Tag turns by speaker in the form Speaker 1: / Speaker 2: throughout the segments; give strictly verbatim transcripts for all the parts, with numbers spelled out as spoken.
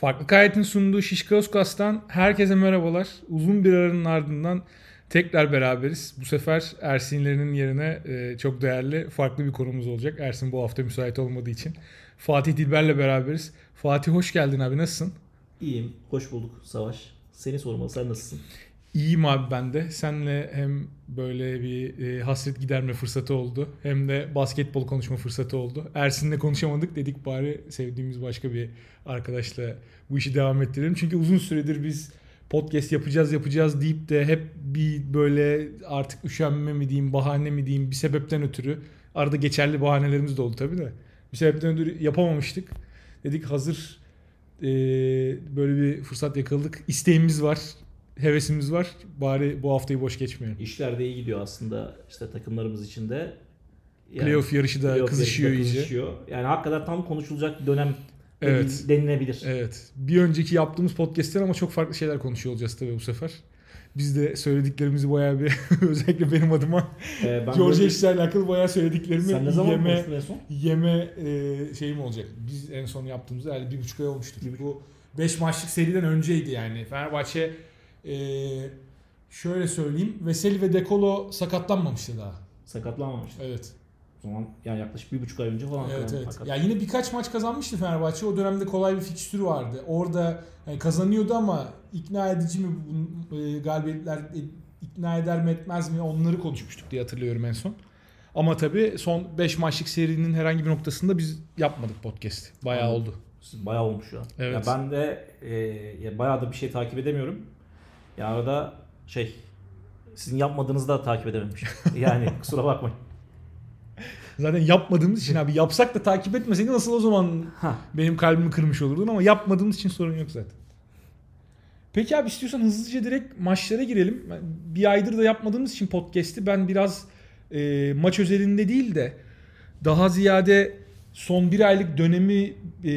Speaker 1: Farklı Kayet'in sunduğu Şişkaoskas'tan herkese merhabalar. Uzun bir aranın ardından tekrar beraberiz. Bu sefer Ersin'lerin yerine e, çok değerli farklı bir konumuz olacak. Ersin bu hafta müsait olmadığı için. Fatih Dilber'le beraberiz. Fatih hoş geldin abi, nasılsın?
Speaker 2: İyiyim, hoş bulduk Savaş. Seni sormalı, sen nasılsın?
Speaker 1: İyiyim abi ben de. Seninle hem böyle bir e, hasret giderme fırsatı oldu. Hem de basketbol konuşma fırsatı oldu. Ersin'le konuşamadık, dedik bari sevdiğimiz başka bir arkadaşla bu işi devam ettirelim. Çünkü uzun süredir biz podcast yapacağız yapacağız deyip de hep bir böyle artık üşenme mi diyeyim, bahane mi diyeyim, bir sebepten ötürü. Arada geçerli bahanelerimiz de oldu tabii de. Bir sebepten ötürü yapamamıştık. Dedik hazır e, böyle bir fırsat yakaladık. İsteğimiz var. Hevesimiz var. Bari bu haftayı boş geçmeyelim.
Speaker 2: İşler de iyi gidiyor aslında işte takımlarımız için de. Yani,
Speaker 1: Playoff yarışı da
Speaker 2: playoff
Speaker 1: kızışıyor
Speaker 2: yarışı da
Speaker 1: iyice.
Speaker 2: kızışıyor. Yani hakikaten tam konuşulacak bir dönem
Speaker 1: Evet.
Speaker 2: denilebilir.
Speaker 1: Evet. Bir önceki yaptığımız podcast'ten ama çok farklı şeyler konuşuyor olacağız tabii bu sefer. Biz de söylediklerimizi bayağı bir özellikle benim adıma
Speaker 2: Ee, ben
Speaker 1: George
Speaker 2: böyle...
Speaker 1: H'le alakalı bayağı söylediklerimi
Speaker 2: Sen ne zaman
Speaker 1: yeme,
Speaker 2: konuştun en son?
Speaker 1: yeme e, şeyim olacak. Biz en son yaptığımızda yani bir buçuk ay olmuştur. Bu beş maçlık seriden önceydi yani. Fenerbahçe e, şöyle söyleyeyim. Veseli ve Dekolo sakatlanmamıştı daha.
Speaker 2: Sakatlanmamıştı.
Speaker 1: Evet.
Speaker 2: O zaman yani yaklaşık bir buçuk ay önce falan.
Speaker 1: Evet evet.
Speaker 2: Hakikat.
Speaker 1: Ya yine birkaç maç kazanmıştı Fenerbahçe. O dönemde kolay bir fikstürü vardı. Orada yani kazanıyordu ama ikna edici mi bu e, galibiyetler e, ikna eder mi etmez mi onları konuşmuştuk diye hatırlıyorum en son. Ama tabii son beş maçlık serinin herhangi bir noktasında biz yapmadık podcast. Bayağı
Speaker 2: Anladım.
Speaker 1: oldu.
Speaker 2: Bayağı olmuş ya.
Speaker 1: Evet.
Speaker 2: Ya ben de e, ya bayağı da bir şey takip edemiyorum. Ya arada şey sizin yapmadığınızı da takip edememişim. Yani kusura bakmayın.
Speaker 1: Zaten yapmadığımız için abi, yapsak da takip etmeseydi nasıl o zaman
Speaker 2: Ha.
Speaker 1: benim kalbimi kırmış olurdun, ama yapmadığımız için sorun yok zaten. Peki abi, istiyorsan hızlıca direkt maçlara girelim. Bir aydır da yapmadığımız için podcast'i ben biraz e, maç özelinde değil de daha ziyade son bir aylık dönemi e,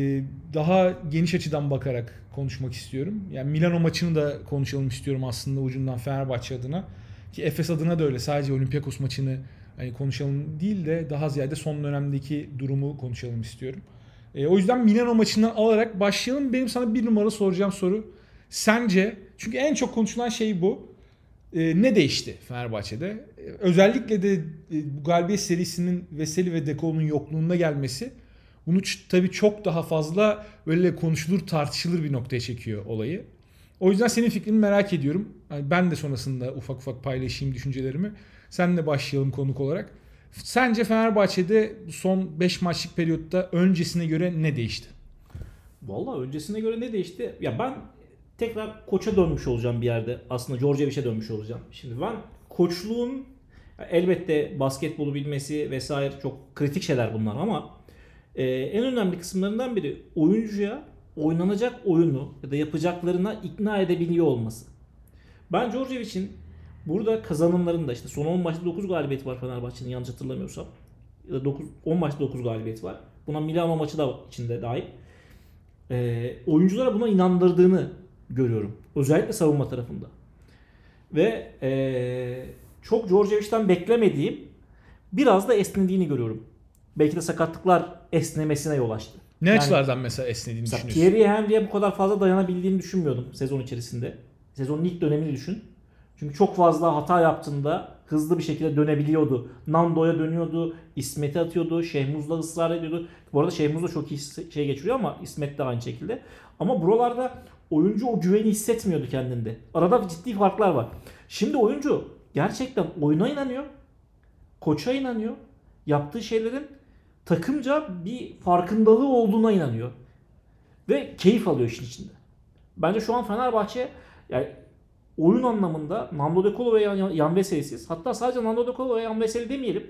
Speaker 1: daha geniş açıdan bakarak konuşmak istiyorum. Yani Milano maçını da konuşalım istiyorum aslında ucundan, Fenerbahçe adına. Ki Efes adına da öyle, sadece Olympiakos maçını hani konuşalım değil de daha ziyade son dönemdeki durumu konuşalım istiyorum. E, o yüzden Milano maçından alarak başlayalım. Benim sana bir numara soracağım soru. Sence, çünkü en çok konuşulan şey bu. E, ne değişti Fenerbahçe'de? E, özellikle de e, bu galibiyet serisinin Veseli ve Dekolo'nun yokluğunda gelmesi bunu ç- tabii çok daha fazla böyle konuşulur, tartışılır bir noktaya çekiyor olayı. O yüzden senin fikrini merak ediyorum. Yani ben de sonrasında ufak ufak paylaşayım düşüncelerimi. Seninle başlayalım konuk olarak. Sence Fenerbahçe'de son beş maçlık periyotta öncesine göre ne değişti?
Speaker 2: Vallahi öncesine göre ne değişti? Ya ben tekrar koça dönmüş olacağım bir yerde. Aslında Djordjevic'e dönmüş olacağım. Şimdi ben koçluğun elbette basketbolu bilmesi vesaire çok kritik şeyler bunlar ama e, en önemli kısımlarından biri oyuncuya oynanacak oyunu ya da yapacaklarına ikna edebiliyor olması. Ben Djordjevic'in burada kazanımlarında işte son on maçta dokuz galibiyet var Fenerbahçe'nin yanlış hatırlamıyorsam. Ya da dokuz, on maçta dokuz galibiyet var. Buna Milano maçı da içinde dahil. E, oyunculara buna inandırdığını görüyorum. Özellikle savunma tarafında. Ve e, çok Djordjevic'ten beklemediğim biraz da esnediğini görüyorum. Belki de sakatlıklar esnemesine yol açtı.
Speaker 1: Ne
Speaker 2: Yani,
Speaker 1: açılardan mesela esnediğini
Speaker 2: mesela
Speaker 1: düşünüyorsun?
Speaker 2: Thierry Henry'e bu kadar fazla dayanabildiğini düşünmüyordum sezon içerisinde. Sezonun ilk dönemini düşün. Çünkü çok fazla hata yaptığında hızlı bir şekilde dönebiliyordu. Nando'ya dönüyordu, İsmet'e atıyordu, Şehmuz'la ısrar ediyordu. Bu arada Şehmuz da çok iyi şey geçiriyor ama İsmet de aynı şekilde. Ama buralarda oyuncu o güveni hissetmiyordu kendinde. Arada ciddi farklar var. Şimdi oyuncu gerçekten oyuna inanıyor, koça inanıyor, yaptığı şeylerin takımca bir farkındalığı olduğuna inanıyor. Ve keyif alıyor işin içinde. Bence şu an Fenerbahçe yani oyun anlamında Nando De Colo ve Yan Veseli'siz. Hatta sadece Nando De Colo ve Yan Veseli demeyelim.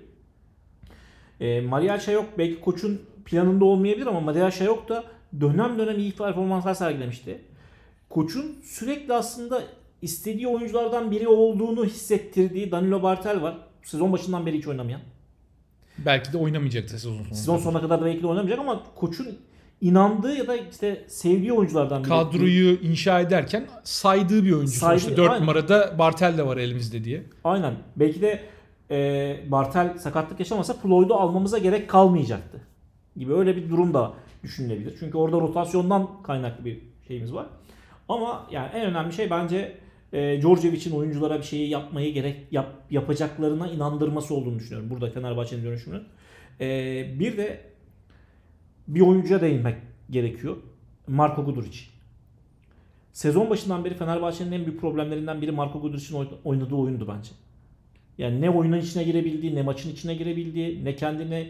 Speaker 2: E, Marial Şayok belki koçun planında olmayabilir ama Marial Şayok da dönem dönem iyi performanslar sergilemişti. Koçun sürekli aslında istediği oyunculardan biri olduğunu hissettirdiği Danilo Bartel var. Sezon başından beri hiç oynamayan.
Speaker 1: Belki de oynamayacaktı sezon sonunda.
Speaker 2: Sezon sonuna kadar da belki de oynamayacak ama koçun inandığı ya da işte sevdiği oyunculardan biri.
Speaker 1: Kadroyu inşa ederken saydığı bir oyuncu.
Speaker 2: Saydı,
Speaker 1: Sonuçta dört
Speaker 2: aynen.
Speaker 1: numarada Bartel de var elimizde diye.
Speaker 2: Aynen. Belki de e, Bartel sakatlık yaşamasa Floyd'u almamıza gerek kalmayacaktı. Gibi öyle bir durum da düşünülebilir. Çünkü orada rotasyondan kaynaklı bir şeyimiz var. Ama yani en önemli şey bence e, Djordjevic'in oyunculara bir şeyi yapmayı gerek yap, yapacaklarına inandırması olduğunu düşünüyorum. Burada Fenerbahçe'nin dönüşümünün. E, bir de bir oyuncuya değinmek gerekiyor. Marko Guduric. Sezon başından beri Fenerbahçe'nin en büyük problemlerinden biri Marko Guduric'in oynadığı oyundu bence. Yani ne oyunun içine girebildiği, ne maçın içine girebildiği, ne kendine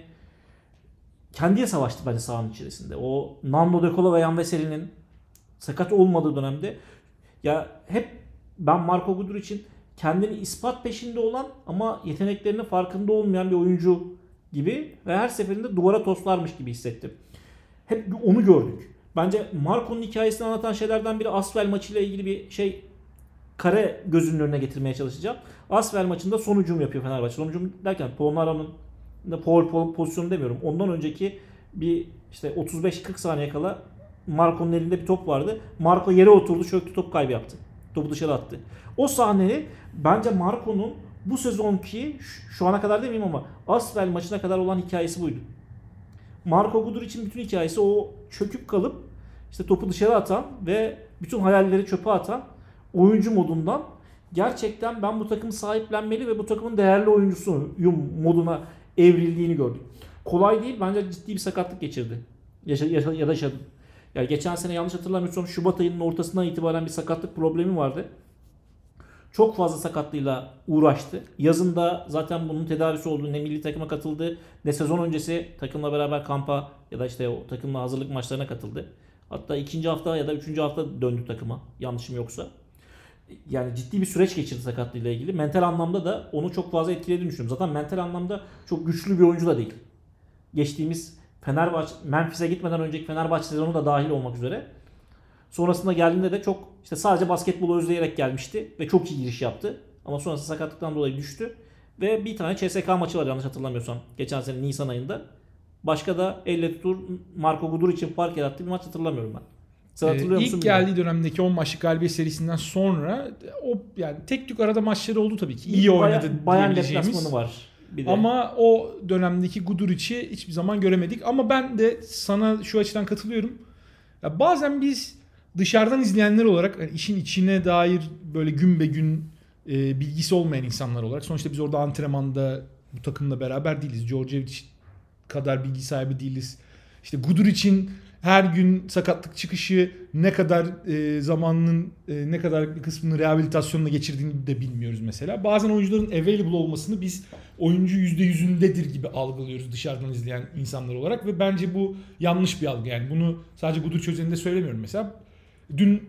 Speaker 2: kendiye savaştı bence sahanın içerisinde. O Nando De Colo ve Yan Veseli'nin sakat olmadığı dönemde ya hep ben Marko Guduric'in kendini ispat peşinde olan ama yeteneklerinin farkında olmayan bir oyuncu gibi ve her seferinde duvara toslarmış gibi hissettim. Hep onu gördük. Bence Marco'nun hikayesini anlatan şeylerden biri Asvel maçıyla ilgili bir şey kare gözünün önüne getirmeye çalışacağım. Asvel maçında son hücum yapıyor Fenerbahçe. Son hücum derken Polnara'nın pole pozisyonu demiyorum. Ondan önceki bir işte otuz beş kırk saniye kala Marco'nun elinde bir top vardı. Marco yere oturdu, çöktü, top kaybı yaptı. Topu dışarı attı. O sahneyi bence Marco'nun bu sezonki şu ana kadar demeyeyim ama Asvel maçına kadar olan hikayesi buydu. Marko Guduric'in bütün hikayesi o çöküp kalıp işte topu dışarı atan ve bütün hayalleri çöpe atan oyuncu modundan gerçekten ben bu takımı sahiplenmeli ve bu takımın değerli oyuncusuyum moduna evrildiğini gördük. Kolay değil, bence ciddi bir sakatlık geçirdi. Yaşa, yaşa, ya da yaşadı. Yani geçen sene yanlış hatırlamıyorsam Şubat ayının ortasından itibaren bir sakatlık problemi vardı. Çok fazla sakatlığıyla uğraştı. Yazında zaten bunun tedavisi oldu. Ne milli takıma katıldı ne sezon öncesi takımla beraber kampa ya da işte o takımla hazırlık maçlarına katıldı. Hatta ikinci hafta ya da üçüncü hafta döndü takıma. Yanlışım yoksa. Yani ciddi bir süreç geçirdi sakatlığıyla ilgili. Mental anlamda da onu çok fazla etkilediğini düşünüyorum. Zaten mental anlamda çok güçlü bir oyuncu da değil. Geçtiğimiz Fenerbahçe, Memphis'e gitmeden önceki Fenerbahçe sezonu da dahil olmak üzere. Sonrasında geldiğinde de çok işte sadece basketbolu özleyerek gelmişti ve çok iyi giriş yaptı. Ama sonrasında sakatlıktan dolayı düştü. Ve bir tane C S K maçı var yanlış hatırlamıyorsam. Geçen sene Nisan ayında. Başka da elle tutur Marko Guduric'in fark yarattığı bir maç hatırlamıyorum ben. Sen hatırlıyor
Speaker 1: ee,
Speaker 2: musun?
Speaker 1: İlk geldiği dönemdeki on maçlık galibiyet serisinden sonra o yani tek tük arada maçları oldu tabii ki. İyi oynadı
Speaker 2: Bayan
Speaker 1: diyebileceğimiz.
Speaker 2: deplasmanı var. Bir de.
Speaker 1: Ama o dönemdeki Guduric'i hiçbir zaman göremedik. Ama ben de sana şu açıdan katılıyorum. Ya bazen biz dışarıdan izleyenler olarak yani işin içine dair böyle gün be gün e, bilgisi olmayan insanlar olarak sonuçta biz orada antrenmanda bu takımla beraber değiliz. Djordjevic kadar bilgi sahibi değiliz. İşte Guduric'in her gün sakatlık çıkışı ne kadar e, zamanının e, ne kadar bir kısmını rehabilitasyonla geçirdiğini de bilmiyoruz mesela. Bazen oyuncuların available olmasını biz oyuncu yüzde yüzündedir gibi algılıyoruz dışarıdan izleyen insanlar olarak ve bence bu yanlış bir algı. Yani bunu sadece Guduric özelinde söylemiyorum mesela. Dün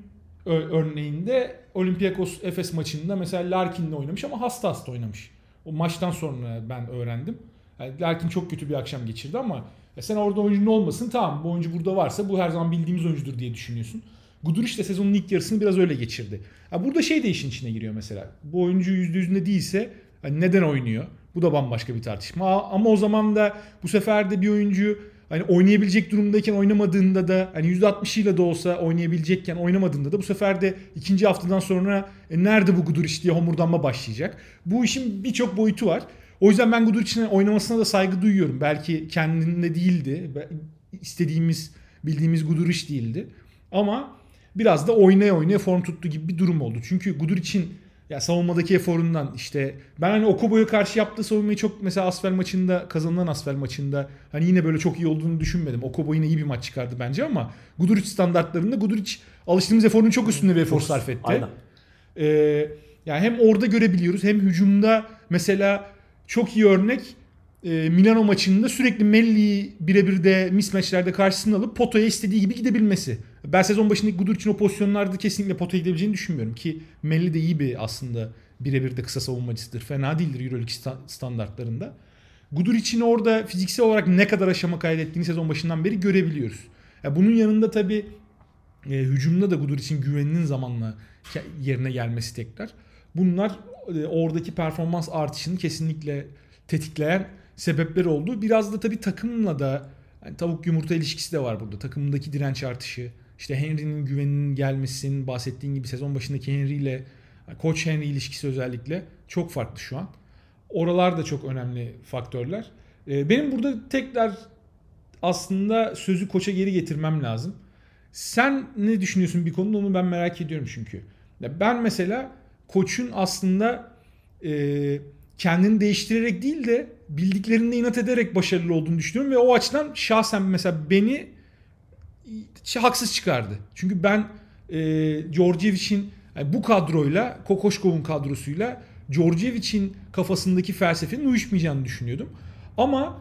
Speaker 1: örneğinde Olympiakos Efes maçında mesela Larkin'le oynamış ama hasta hasta oynamış. O maçtan sonra ben öğrendim. Yani Larkin çok kötü bir akşam geçirdi ama ya sen orada oyuncunun olmasın, tamam bu oyuncu burada varsa bu her zaman bildiğimiz oyuncudur diye düşünüyorsun. Guduric de sezonun ilk yarısını biraz öyle geçirdi. Ya burada şey de işin içine giriyor mesela. Bu oyuncu yüzde yüzünde değilse hani neden oynuyor? Bu da bambaşka bir tartışma. Ama o zaman da bu sefer de bir oyuncu hani oynayabilecek durumdayken oynamadığında da hani yüzde altmışıyla da olsa oynayabilecekken oynamadığında da bu sefer de ikinci haftadan sonra e, nerede bu Guduric diye homurdanma başlayacak. Bu işin birçok boyutu var. O yüzden ben Guduric'in oynamasına da saygı duyuyorum. Belki kendinde değildi. İstediğimiz, bildiğimiz Guduric değildi. Ama biraz da oynaya oynaya form tuttu gibi bir durum oldu. Çünkü Guduric'in ya savunmadaki eforundan işte ben hani Okobo'ya karşı yaptığı savunmayı çok mesela Asvel maçında, kazanılan Asvel maçında hani yine böyle çok iyi olduğunu düşünmedim. Okobo yine iyi bir maç çıkardı bence ama Guduric standartlarında Guduric alıştığımız eforun çok üstünde bir efor sarf etti.
Speaker 2: Aynen.
Speaker 1: Ee, yani hem orada görebiliyoruz hem hücumda mesela çok iyi örnek e, Milano maçında sürekli Melli'yi birebir de mismatchlerde karşısına alıp potaya istediği gibi gidebilmesi. Ben sezon başındaki Guduric'in o pozisyonlarda kesinlikle potaya gidebileceğini düşünmüyorum ki Melli de iyi bir aslında birebir de kısa savunmacısıdır. Fena değildir Euroleague standartlarında. Guduric'in orada fiziksel olarak ne kadar aşama kaydettiğini sezon başından beri görebiliyoruz. Ya bunun yanında tabii e, hücumda da Guduric'in güveninin zamanla yerine gelmesi tekrar. Bunlar e, oradaki performans artışını kesinlikle tetikleyen sebepler oldu. Biraz da tabii takımla da yani tavuk yumurta ilişkisi de var burada. Takımdaki direnç artışı, işte Henry'nin güveninin gelmesinin bahsettiğin gibi sezon başındaki Henry ile Koç Henry ilişkisi özellikle çok farklı şu an. Oralar da çok önemli faktörler. Benim burada tekrar aslında sözü koça geri getirmem lazım. Sen ne düşünüyorsun bir konuda, onu ben merak ediyorum çünkü. Ya ben mesela koçun aslında e, kendini değiştirerek değil de bildiklerinde inat ederek başarılı olduğunu düşünüyorum ve o açıdan şahsen mesela beni haksız çıkardı. Çünkü ben e, Djordjevic'in yani bu kadroyla, Kokoşkov'un kadrosuyla Djordjevic'in kafasındaki felsefenin uyuşmayacağını düşünüyordum. Ama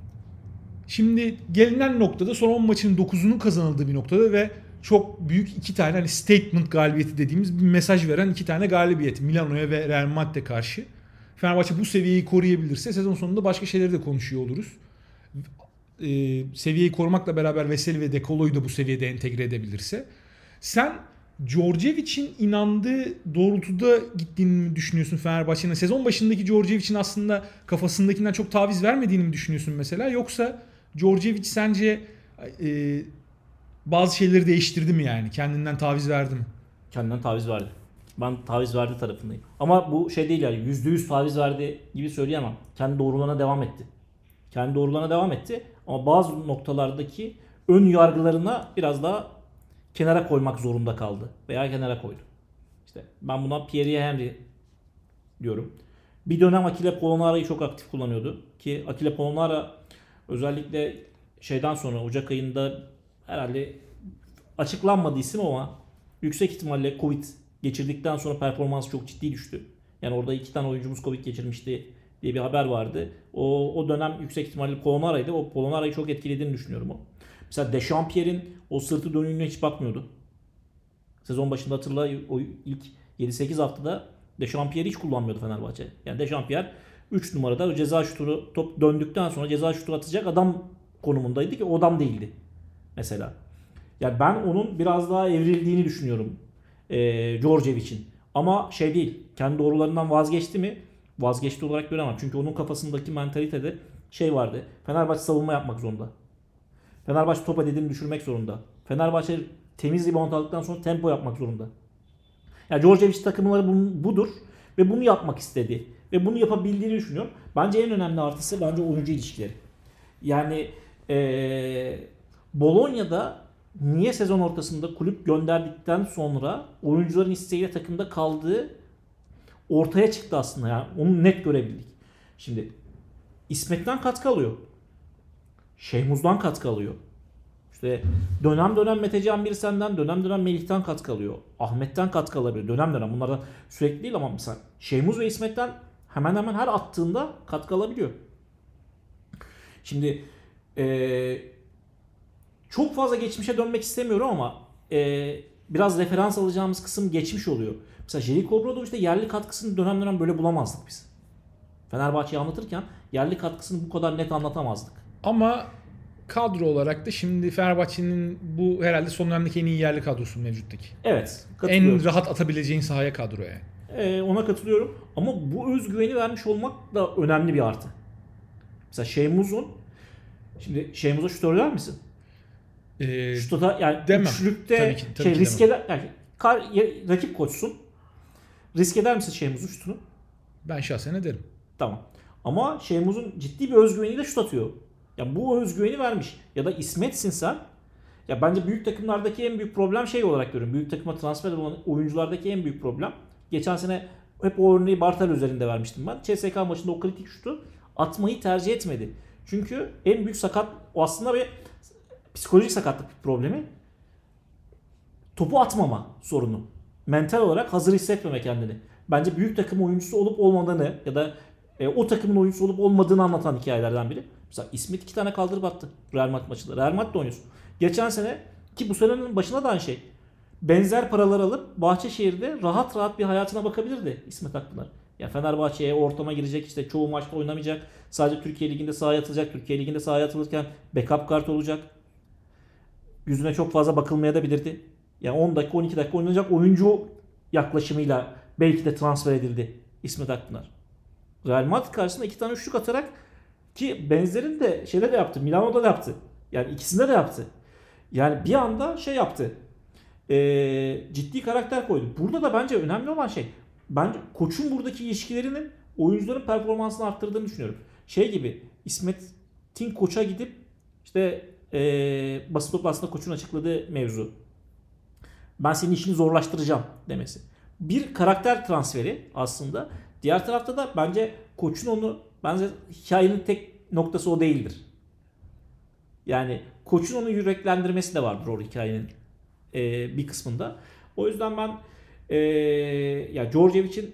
Speaker 1: şimdi gelinen noktada son on maçın dokuzunun kazanıldığı bir noktada ve çok büyük iki tane hani statement galibiyeti dediğimiz bir mesaj veren iki tane galibiyet Milano'ya ve Real Madrid'e karşı. Fenerbahçe bu seviyeyi koruyabilirse sezon sonunda başka şeyleri de konuşuyor oluruz. Ee, seviyeyi korumakla beraber Veseli ve De Colo'yu da bu seviyede entegre edebilirse. Sen Djordjevic'in inandığı doğrultuda gittiğini mi düşünüyorsun Fenerbahçe'nin? Sezon başındaki Djordjevic'in aslında kafasındakinden çok taviz vermediğini mi düşünüyorsun mesela? Yoksa Djordjevic sence e, bazı şeyleri değiştirdi mi yani? Kendinden taviz verdi mi?
Speaker 2: Kendinden taviz verdi. Ben taviz verdi tarafındayım. Ama bu şey değil yani yüzde yüz taviz verdi gibi söyleyemem. Kendi doğrularına devam etti. Kendi doğrularına devam etti. Ama bazı noktalardaki ön yargılarına biraz daha kenara koymak zorunda kaldı. Veya kenara koydu. İşte ben buna Thierry Henry diyorum. Bir dönem Achille Polonara'yı çok aktif kullanıyordu. Ki Achille Polonara özellikle şeyden sonra Ocak ayında herhalde açıklanmadı isim ama yüksek ihtimalle Covid geçirdikten sonra performansı çok ciddi düştü. Yani orada iki tane oyuncumuz Covid geçirmişti diye bir haber vardı. O, o dönem yüksek ihtimalle Polonara'ydı. O Polonara'yı çok etkilediğini düşünüyorum o. Mesela Dechampierre'in o sırtı dönüğüne hiç bakmıyordu. Sezon başında hatırla o ilk yedi sekiz haftada Dechampierre'i hiç kullanmıyordu Fenerbahçe. Yani Dechampierre üç numarada o ceza şutunu top döndükten sonra ceza şutu atacak adam konumundaydı ki o adam değildi. Mesela. Yani ben onun biraz daha evrildiğini düşünüyorum. Ee, Djordjevic'in. Ama şey değil. Kendi doğrularından vazgeçti mi? Vazgeçti olarak göremem. Çünkü onun kafasındaki mentalitede şey vardı. Fenerbahçe savunma yapmak zorunda. Fenerbahçe topa dediğini düşürmek zorunda. Fenerbahçe temiz rebound aldıktan sonra tempo yapmak zorunda. Yani Djordjevic takımları bunun, budur. Ve bunu yapmak istedi. Ve bunu yapabildiğini düşünüyorum. Bence en önemli artısı bence oyuncu ilişkileri. Yani ee, Bologna'da niye sezon ortasında kulüp gönderdikten sonra oyuncuların isteğiyle takımda kaldığı ortaya çıktı aslında. Yani onu net görebildik. Şimdi İsmet'ten katkı alıyor. Şehmuz'dan katkı alıyor. İşte dönem dönem Mete Can Birsen'den, dönem dönem Melih'ten katkı alıyor. Ahmet'ten katkı alabiliyor. Dönem dönem. Bunlardan sürekli değil ama mesela Şehmuz ve İsmet'ten hemen hemen her attığında katkı alabiliyor. Şimdi ee, çok fazla geçmişe dönmek istemiyorum ama e, biraz referans alacağımız kısım geçmiş oluyor. Mesela Jeliko Obradovic'te yerli katkısını dönem dönem böyle bulamazdık biz. Fenerbahçe'yi anlatırken yerli katkısını bu kadar net anlatamazdık.
Speaker 1: Ama kadro olarak da şimdi Fenerbahçe'nin bu herhalde son dönemdeki en iyi yerli kadrosu mevcuttaki.
Speaker 2: Evet, katılıyorum.
Speaker 1: En rahat atabileceğin sahaya kadro yani.
Speaker 2: Ee, ona katılıyorum. Ama bu özgüveni vermiş olmak da önemli bir artı. Mesela Şehmuz'un şimdi Şehmuz'a şutör der misin?
Speaker 1: Ee,
Speaker 2: Şuta yani
Speaker 1: demem.
Speaker 2: üçlükte
Speaker 1: Tabii ki, tabii
Speaker 2: şey
Speaker 1: ki
Speaker 2: risk eder yani kar, ya, rakip koçsun. Risk eder misin Şehmuz'un şutunu?
Speaker 1: Ben şahsen ederim.
Speaker 2: Tamam. Ama Şehmuz'un ciddi bir özgüveniyle şut atıyor. Ya bu özgüveni vermiş. Ya da İsmet'sin sen. Ya bence büyük takımlardaki en büyük problem şey olarak görüyorum. Büyük takıma transfer olan oyunculardaki en büyük problem. Geçen sene hep o örneği Bartel üzerinde vermiştim ben. C S K maçında o kritik şutu atmayı tercih etmedi. Çünkü en büyük sakat o aslında bir psikolojik sakatlık bir problemi. Topu atmama sorunu. Mental olarak hazır hissetmeme kendini. Bence büyük takım oyuncusu olup olmadığını ya da e, o takımın oyuncusu olup olmadığını anlatan hikayelerden biri. Mesela İsmet iki tane kaldırıp attı Real Madrid maçında. Real Madrid'de oynuyorsun. Geçen sene ki bu senenin başında da aynı şey. Benzer paralar alıp Bahçeşehir'de rahat rahat bir hayatına bakabilirdi İsmet Akpınar. Ya Fenerbahçe'ye ortama girecek işte çoğu maçta oynamayacak. Sadece Türkiye Ligi'nde sahaya atılacak. Türkiye Ligi'nde sahaya atılırken backup kart olacak. Yüzüne çok fazla bakılmaya da bilirdi. Yani on dakika on iki dakika oynanacak oyuncu yaklaşımıyla belki de transfer edildi İsmet Akpınar. Real Madrid karşısında iki tane üçlük atarak ki benzerini de şeyde de yaptı. Milano'da da yaptı. Yani ikisinde de yaptı. Yani bir anda şey yaptı. Ee, ciddi karakter koydu. Burada da bence önemli olan şey bence koçun buradaki ilişkilerinin oyuncuların performansını arttırdığını düşünüyorum. Şey gibi İsmet'in koça gidip İşte e, basın toplantısında koçun açıkladığı mevzu. Ben senin işini zorlaştıracağım demesi. Bir karakter transferi aslında. Diğer tarafta da bence koçun onu, bence hikayenin tek noktası o değildir. Yani koçun onu yüreklendirmesi de vardır o hikayenin e, bir kısmında. O yüzden ben e, ya Djordjevic'in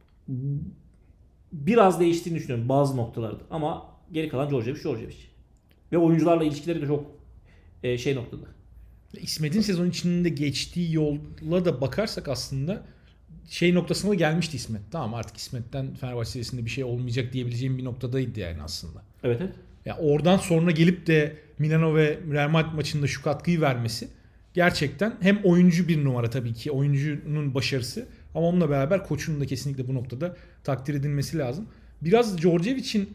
Speaker 2: biraz değiştiğini düşünüyorum bazı noktalarda. Ama geri kalan Djordjevic, Djordjevic. Ve oyuncularla ilişkileri de çok e, şey noktada.
Speaker 1: İsmet'in sezon içinde geçtiği yola da bakarsak aslında şey noktasına da gelmişti İsmet. Tamam, artık İsmet'ten Fenerbahçe serisinde bir şey olmayacak diyebileceğim bir noktadaydı yani aslında.
Speaker 2: Evet evet.
Speaker 1: Ya oradan sonra gelip de Milano ve Real Madrid maçında şu katkıyı vermesi gerçekten hem oyuncu bir numara tabii ki, oyuncunun başarısı, ama onunla beraber koçun da kesinlikle bu noktada takdir edilmesi lazım. Biraz Djordjevic'in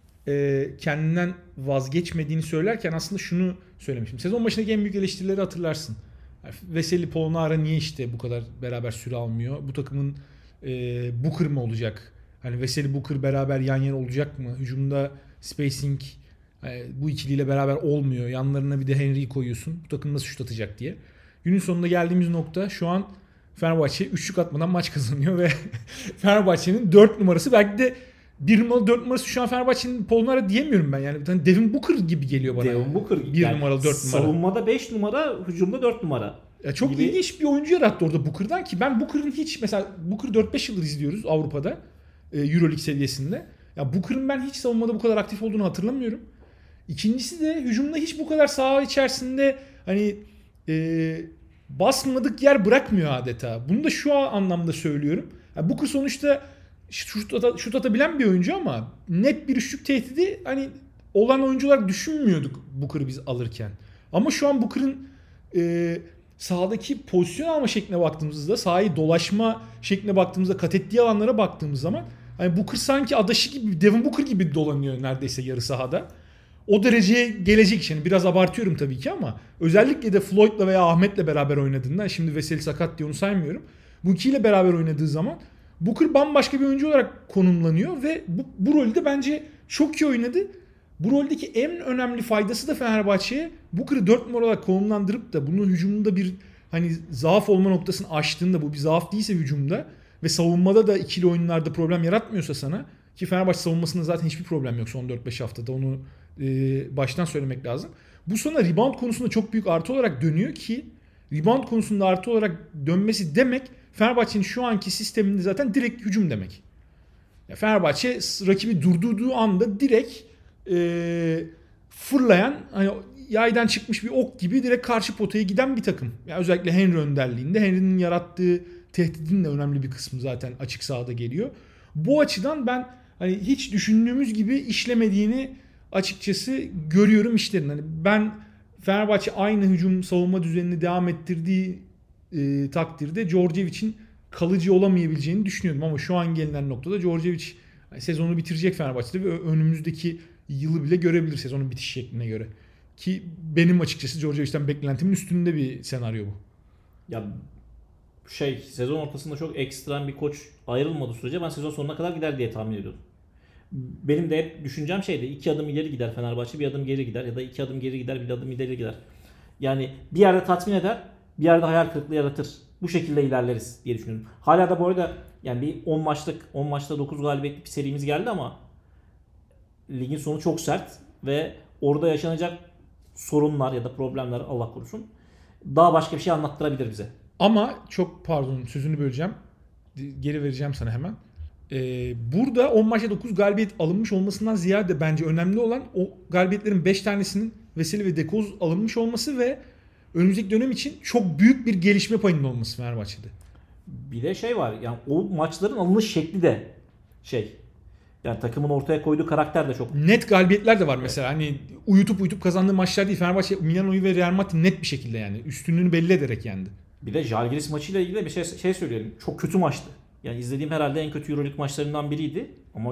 Speaker 1: e, kendinden vazgeçmediğini söylerken aslında şunu söylemiştim. Sezon başındaki en büyük eleştirileri hatırlarsın. Yani Veseli Polonara niye işte bu kadar beraber süre almıyor? Bu takımın e, Booker mı olacak? Hani Veseli Booker beraber yan yana olacak mı? Hücumda spacing e, bu ikiliyle beraber olmuyor. Yanlarına bir de Henry'i koyuyorsun. Bu takım nasıl şut atacak diye. Günün sonunda geldiğimiz nokta şu an Fenerbahçe üçlük atmadan maç kazanıyor ve Fenerbahçe'nin dört numarası, belki de bir numaralı dört numarası şu an Fenerbahçe'nin Polonara diyemiyorum ben. Yani hani Devin Booker gibi geliyor bana.
Speaker 2: Devin Booker
Speaker 1: bir
Speaker 2: yani
Speaker 1: numaralı dört numara.
Speaker 2: Savunmada beş numara, hücumda dört numara.
Speaker 1: Ya çok
Speaker 2: gibi.
Speaker 1: ilginç bir oyuncu yarattı orada Booker'dan ki ben Booker'ın hiç, mesela Booker dört beş yıldır izliyoruz Avrupa'da, Euroleague seviyesinde. Ya Booker'ın ben hiç savunmada bu kadar aktif olduğunu hatırlamıyorum. İkincisi de hücumda hiç bu kadar saha içerisinde hani e, basmadık yer bırakmıyor adeta. Bunu da şu anlamda söylüyorum. Yani Booker sonuçta şut, ata, şut atabilen bir oyuncu ama net bir üçlük tehdidi hani olan oyuncular düşünmüyorduk Booker'ı biz alırken. Ama şu an Booker'ın e, sahadaki pozisyon alma şekline baktığımızda, sahayı dolaşma şekline baktığımızda, kat ettiği alanlara baktığımız zaman hani Booker sanki adaşı gibi, Devin Booker gibi dolanıyor neredeyse yarı sahada. O dereceye gelecek şimdi. Biraz abartıyorum tabii ki ama özellikle de Floyd'la veya Ahmet'le beraber oynadığında, şimdi Veseli sakat diye onu saymıyorum. Bu ikiliyle beraber oynadığı zaman Booker bambaşka bir oyuncu olarak konumlanıyor ve bu, bu rolü de bence çok iyi oynadı. Bu roldeki en önemli faydası da Fenerbahçe'ye Booker'ı dört numara olarak konumlandırıp da bunun hücumunda bir hani zaaf olma noktasını aştığında, bu bir zaaf değilse hücumda ve savunmada da ikili oyunlarda problem yaratmıyorsa sana, ki Fenerbahçe savunmasında zaten hiçbir problem yok son dört beş haftada, onu e, baştan söylemek lazım. Bu sana rebound konusunda çok büyük artı olarak dönüyor ki rebound konusunda artı olarak dönmesi demek Fenerbahçe'nin şu anki sisteminde zaten direkt hücum demek. Ya Fenerbahçe rakibi durdurduğu anda direkt e, fırlayan, hani yaydan çıkmış bir ok gibi direkt karşı potaya giden bir takım. Ya özellikle Henry önderliğinde. Henry'nin yarattığı tehdidin de önemli bir kısmı zaten açık sahada geliyor. Bu açıdan ben hani hiç düşündüğümüz gibi işlemediğini açıkçası görüyorum işlerin. Hani ben Fenerbahçe aynı hücum savunma düzenini devam ettirdiği e, takdirde Djordjevic'in kalıcı olamayabileceğini düşünüyordum ama şu an gelinen noktada Djordjevic yani sezonu bitirecek Fenerbahçe'de ve önümüzdeki yılı bile görebilir sezonun bitiş şekline göre. Ki benim açıkçası Djordjevic'ten beklentimin üstünde bir senaryo bu.
Speaker 2: Ya şey, sezon ortasında çok ekstrem bir koç ayrılmadığı sürece ben sezon sonuna kadar gider diye tahmin ediyordum. Benim de hep düşüncem şeydi, iki adım ileri gider Fenerbahçe, bir adım geri gider ya da iki adım geri gider, bir adım ileri gider. Yani bir yerde tatmin eder, bir yerde hayal kırıklığı yaratır. Bu şekilde ilerleriz diye düşünüyorum. Hala da bu arada yani bir on maçlık on maçta dokuz galibiyetlik bir serimiz geldi ama ligin sonu çok sert ve orada yaşanacak sorunlar ya da problemler, Allah korusun, daha başka bir şey anlattırabilir bize.
Speaker 1: Ama çok pardon, sözünü böleceğim. Geri vereceğim sana hemen. Ee, burada on maçta dokuz galibiyet alınmış olmasından ziyade bence önemli olan o galibiyetlerin beş tanesinin Veseli ve Dekoz alınmış olması ve önümüzdeki dönem için çok büyük bir gelişme payının olması Fenerbahçe'de.
Speaker 2: Bir de şey var, yani o maçların alınış şekli de şey, yani takımın ortaya koyduğu karakter de çok
Speaker 1: net galibiyetler de var mesela. Hani uyutup uyutup kazandığı maçlar değil. Fenerbahçe Milano'yu ve Real Madrid net bir şekilde yani üstünlüğünü belli ederek yendi.
Speaker 2: Bir de Žalgiris maçıyla ilgili bir şey şey söyleyelim. Çok kötü maçtı. Yani izlediğim herhalde en kötü Euroleague maçlarından biriydi ama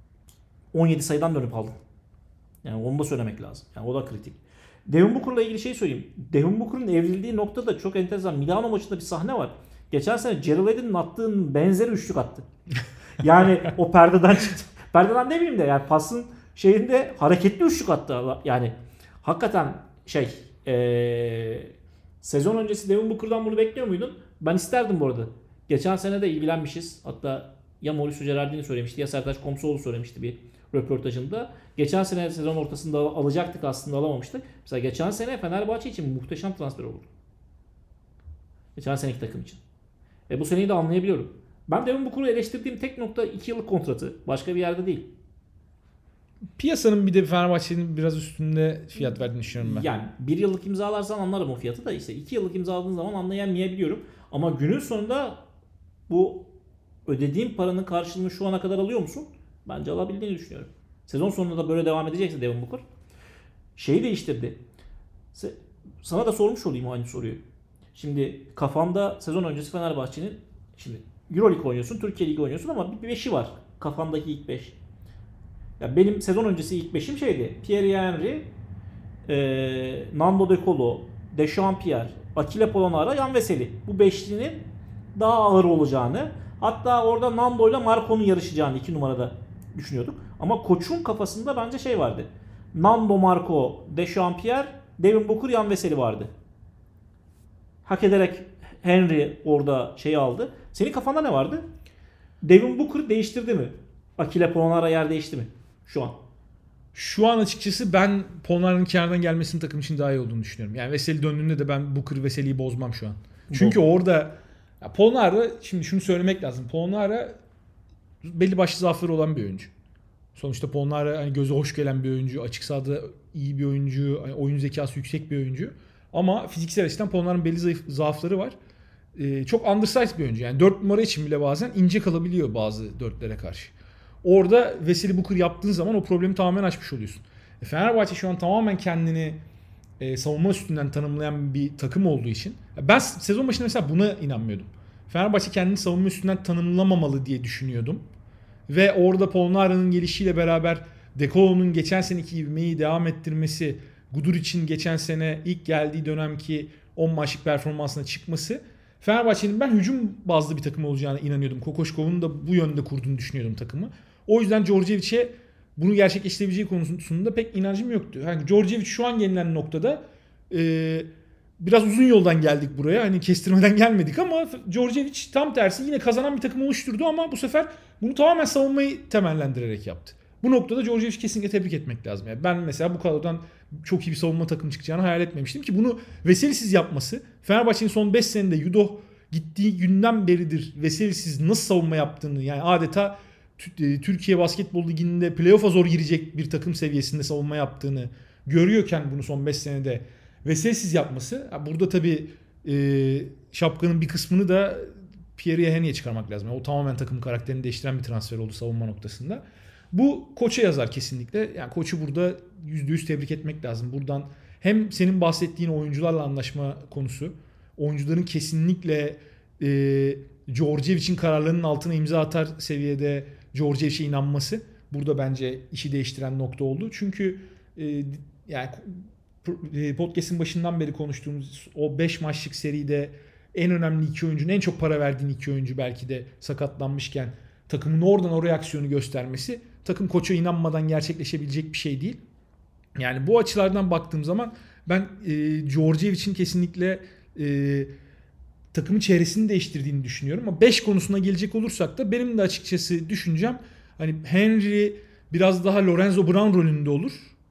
Speaker 2: on yedi sayıdan dönüp aldı. Yani onu da söylemek lazım. Yani o da kritik. Devin Booker'la ilgili şey söyleyeyim. Devin Booker'ın evrildiği noktada çok enteresan. Milano maçında bir sahne var. Geçen sene Gerald Eddy'nin attığının benzeri üçlük attı. Yani o perdeden çıktı. Perdeden ne bileyim de yani pasın şeyinde hareketli üçlük attı. Yani hakikaten şey ee, sezon öncesi Devin Booker'dan bunu bekliyor muydun? Ben isterdim bu arada. Geçen sene de ilgilenmişiz. Hatta ya Mauricio Gerardini söylemişti ya Sertaç Komsoğlu söylemişti bir röportajında. Geçen sene sezon ortasında alacaktık, aslında alamamıştık. Mesela geçen sene Fenerbahçe için muhteşem transfer oldu. Geçen seneki takım için. E bu seneyi de anlayabiliyorum. Ben Devin Booker'u eleştirdiğim tek nokta iki yıllık kontratı. Başka bir yerde değil.
Speaker 1: Piyasanın bir de Fenerbahçe'nin biraz üstünde fiyat verdiğini düşünüyorum ben.
Speaker 2: Yani bir yıllık imzalarsan anlarım o fiyatı da, işte iki yıllık imzaladığın zaman anlayamayabiliyorum. Ama günün sonunda bu ödediğin paranın karşılığını şu ana kadar alıyor musun? Bence alabildiğini düşünüyorum. Sezon sonunda da böyle devam edecekse Devin Booker şeyi değiştirdi. Sana da sormuş olayım aynı soruyu. Şimdi kafanda sezon öncesi Fenerbahçe'nin, şimdi Euroleague oynuyorsun, Türkiye Ligi oynuyorsun ama bir beşi var. Kafandaki ilk beş. Ya benim sezon öncesi ilk beşim şeydi. Thierry Henry, e, Nando De Colo, Dechampierre, Achille Polonara, Jan Veseli. Bu beşlinin daha ağır olacağını, hatta orada Nando ile Marco'nun yarışacağını iki numarada düşünüyorduk. Ama koçun kafasında bence şey vardı. Nando, Marco, Dechampierre, Devin Booker, Jan Veseli vardı. Hak ederek Henry orada şeyi aldı. Senin kafanda ne vardı? Devin Booker değiştirdi mi? Achille Polonara yer değişti mi? Şu an.
Speaker 1: Şu an açıkçası ben Polonara'nın kenardan gelmesinin takım için daha iyi olduğunu düşünüyorum. Yani Veseli döndüğünde de ben Booker Veseli'yi bozmam şu an. Çünkü Bo- orada ya Polonara, şimdi şunu söylemek lazım. Polonara belli başlı zaafları olan bir oyuncu. Sonuçta Polonara hani göze hoş gelen bir oyuncu, açık sahada iyi bir oyuncu, hani oyun zekası yüksek bir oyuncu. Ama fiziksel açıdan Polonara'nın belli zayıf, zaafları var. Ee, çok undersized bir oyuncu. Yani dört numara için bile bazen ince kalabiliyor bazı dörtlere karşı. Orada Veseli Booker yaptığın zaman o problemi tamamen açmış oluyorsun. E, Fenerbahçe şu an tamamen kendini e, savunma üstünden tanımlayan bir takım olduğu için. Ben sezon başında mesela buna inanmıyordum. Fenerbahçe kendini savunma üstünden tanımlamamalı diye düşünüyordum. Ve orada Polonara'nın gelişiyle beraber De Colo'nun geçen seneki ivmeyi devam ettirmesi, Guduric'in geçen sene ilk geldiği dönemki on maçlık performansına çıkması, Fenerbahçe'nin ben hücum bazlı bir takım olacağına inanıyordum. Kokoşkov'un da bu yönde kurduğunu düşünüyordum takımı. O yüzden Djordjevic'e bunu gerçekleştirebileceği konusunda pek inancım yoktu. Yani Djordjevic şu an gelinen noktada e, biraz uzun yoldan geldik buraya. Hani kestirmeden gelmedik ama Djordjevic tam tersi yine kazanan bir takım oluşturdu ama bu sefer bunu tamamen savunmayı temellendirerek yaptı. Bu noktada Djordjevic'i kesinlikle tebrik etmek lazım. Yani ben mesela bu kadrodan çok iyi bir savunma takımı çıkacağını hayal etmemiştim ki bunu Veselisiz yapması, Fenerbahçe'nin son beş senede Yudoh gittiği günden beridir Veselisiz nasıl savunma yaptığını, yani adeta Türkiye Basketbol Ligi'nde playoff'a zor girecek bir takım seviyesinde savunma yaptığını görüyorken bunu son beş senede Veselisiz yapması, burada tabii e, şapkanın bir kısmını da Pierre Henry'e çıkarmak lazım. Yani o tamamen takım karakterini değiştiren bir transfer oldu savunma noktasında. Bu koça yazar kesinlikle. Yani koçu burada yüzde yüz tebrik etmek lazım. Buradan hem senin bahsettiğin oyuncularla anlaşma konusu, oyuncuların kesinlikle e, Djordjevic'in kararlarının altına imza atar seviyede Djordjevic'e inanması burada bence işi değiştiren nokta oldu. Çünkü e, yani podcast'in başından beri konuştuğumuz o beş maçlık seride en önemli iki oyuncunun, en çok para verdiğin iki oyuncu belki de sakatlanmışken takımın oradan o reaksiyonu göstermesi takım koça inanmadan gerçekleşebilecek bir şey değil. Yani bu açılardan baktığım zaman ben e, Djordjevic'in kesinlikle e, takımın çehresini değiştirdiğini düşünüyorum. Ama beş konusuna gelecek olursak da benim de açıkçası düşüncem hani Henry biraz daha Lorenzo Brown rolünde olur.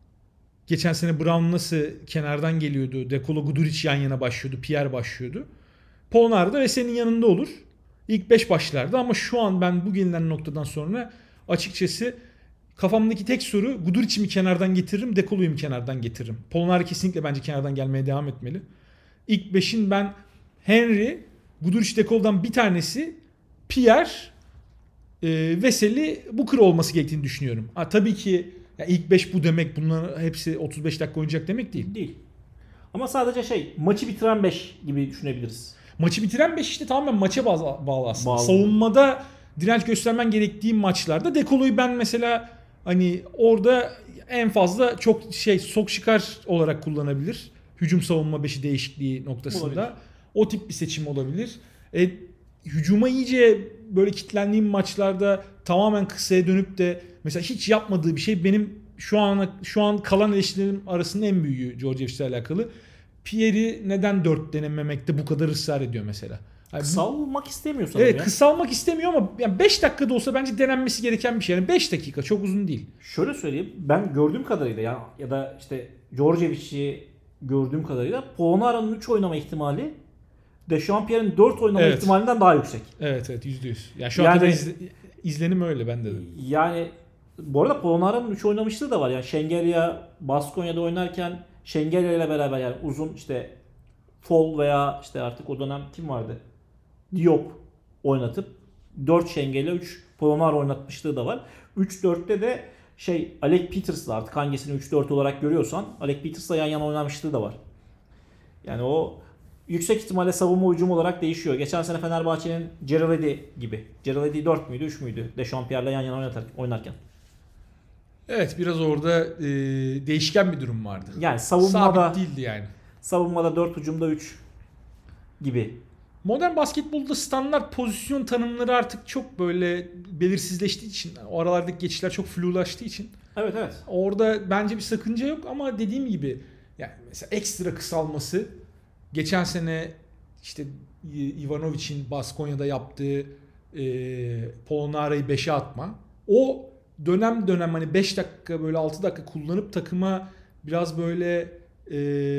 Speaker 1: Geçen sene Brown nasıl kenardan geliyordu, De Colo Guduric yan yana başlıyordu, Pierre başlıyordu. Polonara da Veseli'nin yanında olur. İlk beş başlardı ama şu an ben bu gelinen noktadan sonra açıkçası kafamdaki tek soru Guduric'i mi kenardan getiririm, De Colo'yu mu kenardan getiririm? Polonara kesinlikle bence kenardan gelmeye devam etmeli. İlk beşin ben Henry, Guduric, De Colo'dan bir tanesi, Pierre, e, Veseli, Booker olması gerektiğini düşünüyorum. Ha, tabii ki ya ilk beş bu demek, bunların hepsi otuz beş dakika oynayacak demek değil.
Speaker 2: Değil. Ama sadece şey, maçı bitiren beş gibi düşünebiliriz.
Speaker 1: Maçı bitiren beş işte tamamen maça bağlı aslında.
Speaker 2: Bağlı.
Speaker 1: Savunmada direnç göstermen gerektiği maçlarda De Colo'yu ben mesela hani orada en fazla çok şey sok çıkar olarak kullanabilir. Hücum savunma beşi değişikliği noktasında. Olabilir. O tip bir seçim olabilir. E, hücuma iyice böyle kitlendiğim maçlarda tamamen kısaya dönüp de mesela hiç yapmadığı bir şey benim şu an şu an kalan eleştirilerim arasında en büyüğü Djordjevic'le alakalı. Pierre'i neden dört denememekte bu kadar ısrar ediyor mesela? Yani
Speaker 2: Kısalmak istemiyor sanırım
Speaker 1: evet,
Speaker 2: ya.
Speaker 1: kısalmak istemiyor ama yani beş dakikada olsa bence denenmesi gereken bir şey. Yani beş dakika çok uzun değil.
Speaker 2: Şöyle söyleyeyim. Ben gördüğüm kadarıyla ya, ya da işte Djordjevic'i gördüğüm kadarıyla Polonara'nın üç oynama ihtimali Dechampierre'in dört oynama
Speaker 1: Evet.
Speaker 2: ihtimalinden daha yüksek.
Speaker 1: Evet evet yüzde yüz. Yani şu
Speaker 2: Yani-
Speaker 1: an kadar izle- izlenim öyle bende de.
Speaker 2: Yani bu arada Polonara'nın üç oynamışlığı da var. Yani Şengelya Baskonya'da oynarken Şengelya ile beraber yani uzun işte Fol veya işte artık o dönem kim vardı? Diop oynatıp dört Şengelya üç Polonara oynatmışlığı da var. üç dörtte de şey Alec Peters'la artık hangisini üç dört olarak görüyorsan Alec Peters'la yan yana oynamışlığı da var. Yani o yüksek ihtimalle savunma hücum olarak değişiyor. Geçen sene Fenerbahçe'nin Cerraledi gibi. Cerraledi dört müydü üç müydü? Dechampierre'le yan yana oynatar, oynarken.
Speaker 1: Evet biraz orada e, değişken bir durum vardı.
Speaker 2: Yani savunmada
Speaker 1: Sabit değildi yani.
Speaker 2: savunmada dört hücumda üç gibi.
Speaker 1: Modern basketbolda standart pozisyon tanımları artık çok böyle belirsizleştiği için, o aralardaki geçişler çok flulaştığı için
Speaker 2: Evet evet.
Speaker 1: orada bence bir sakınca yok ama dediğim gibi yani mesela ekstra kısalması geçen sene işte Ivanovic'in Baskonya'da yaptığı e, Polonara'yı beşe atma. O dönem dönem hani beş dakika böyle altı dakika kullanıp takıma biraz böyle e,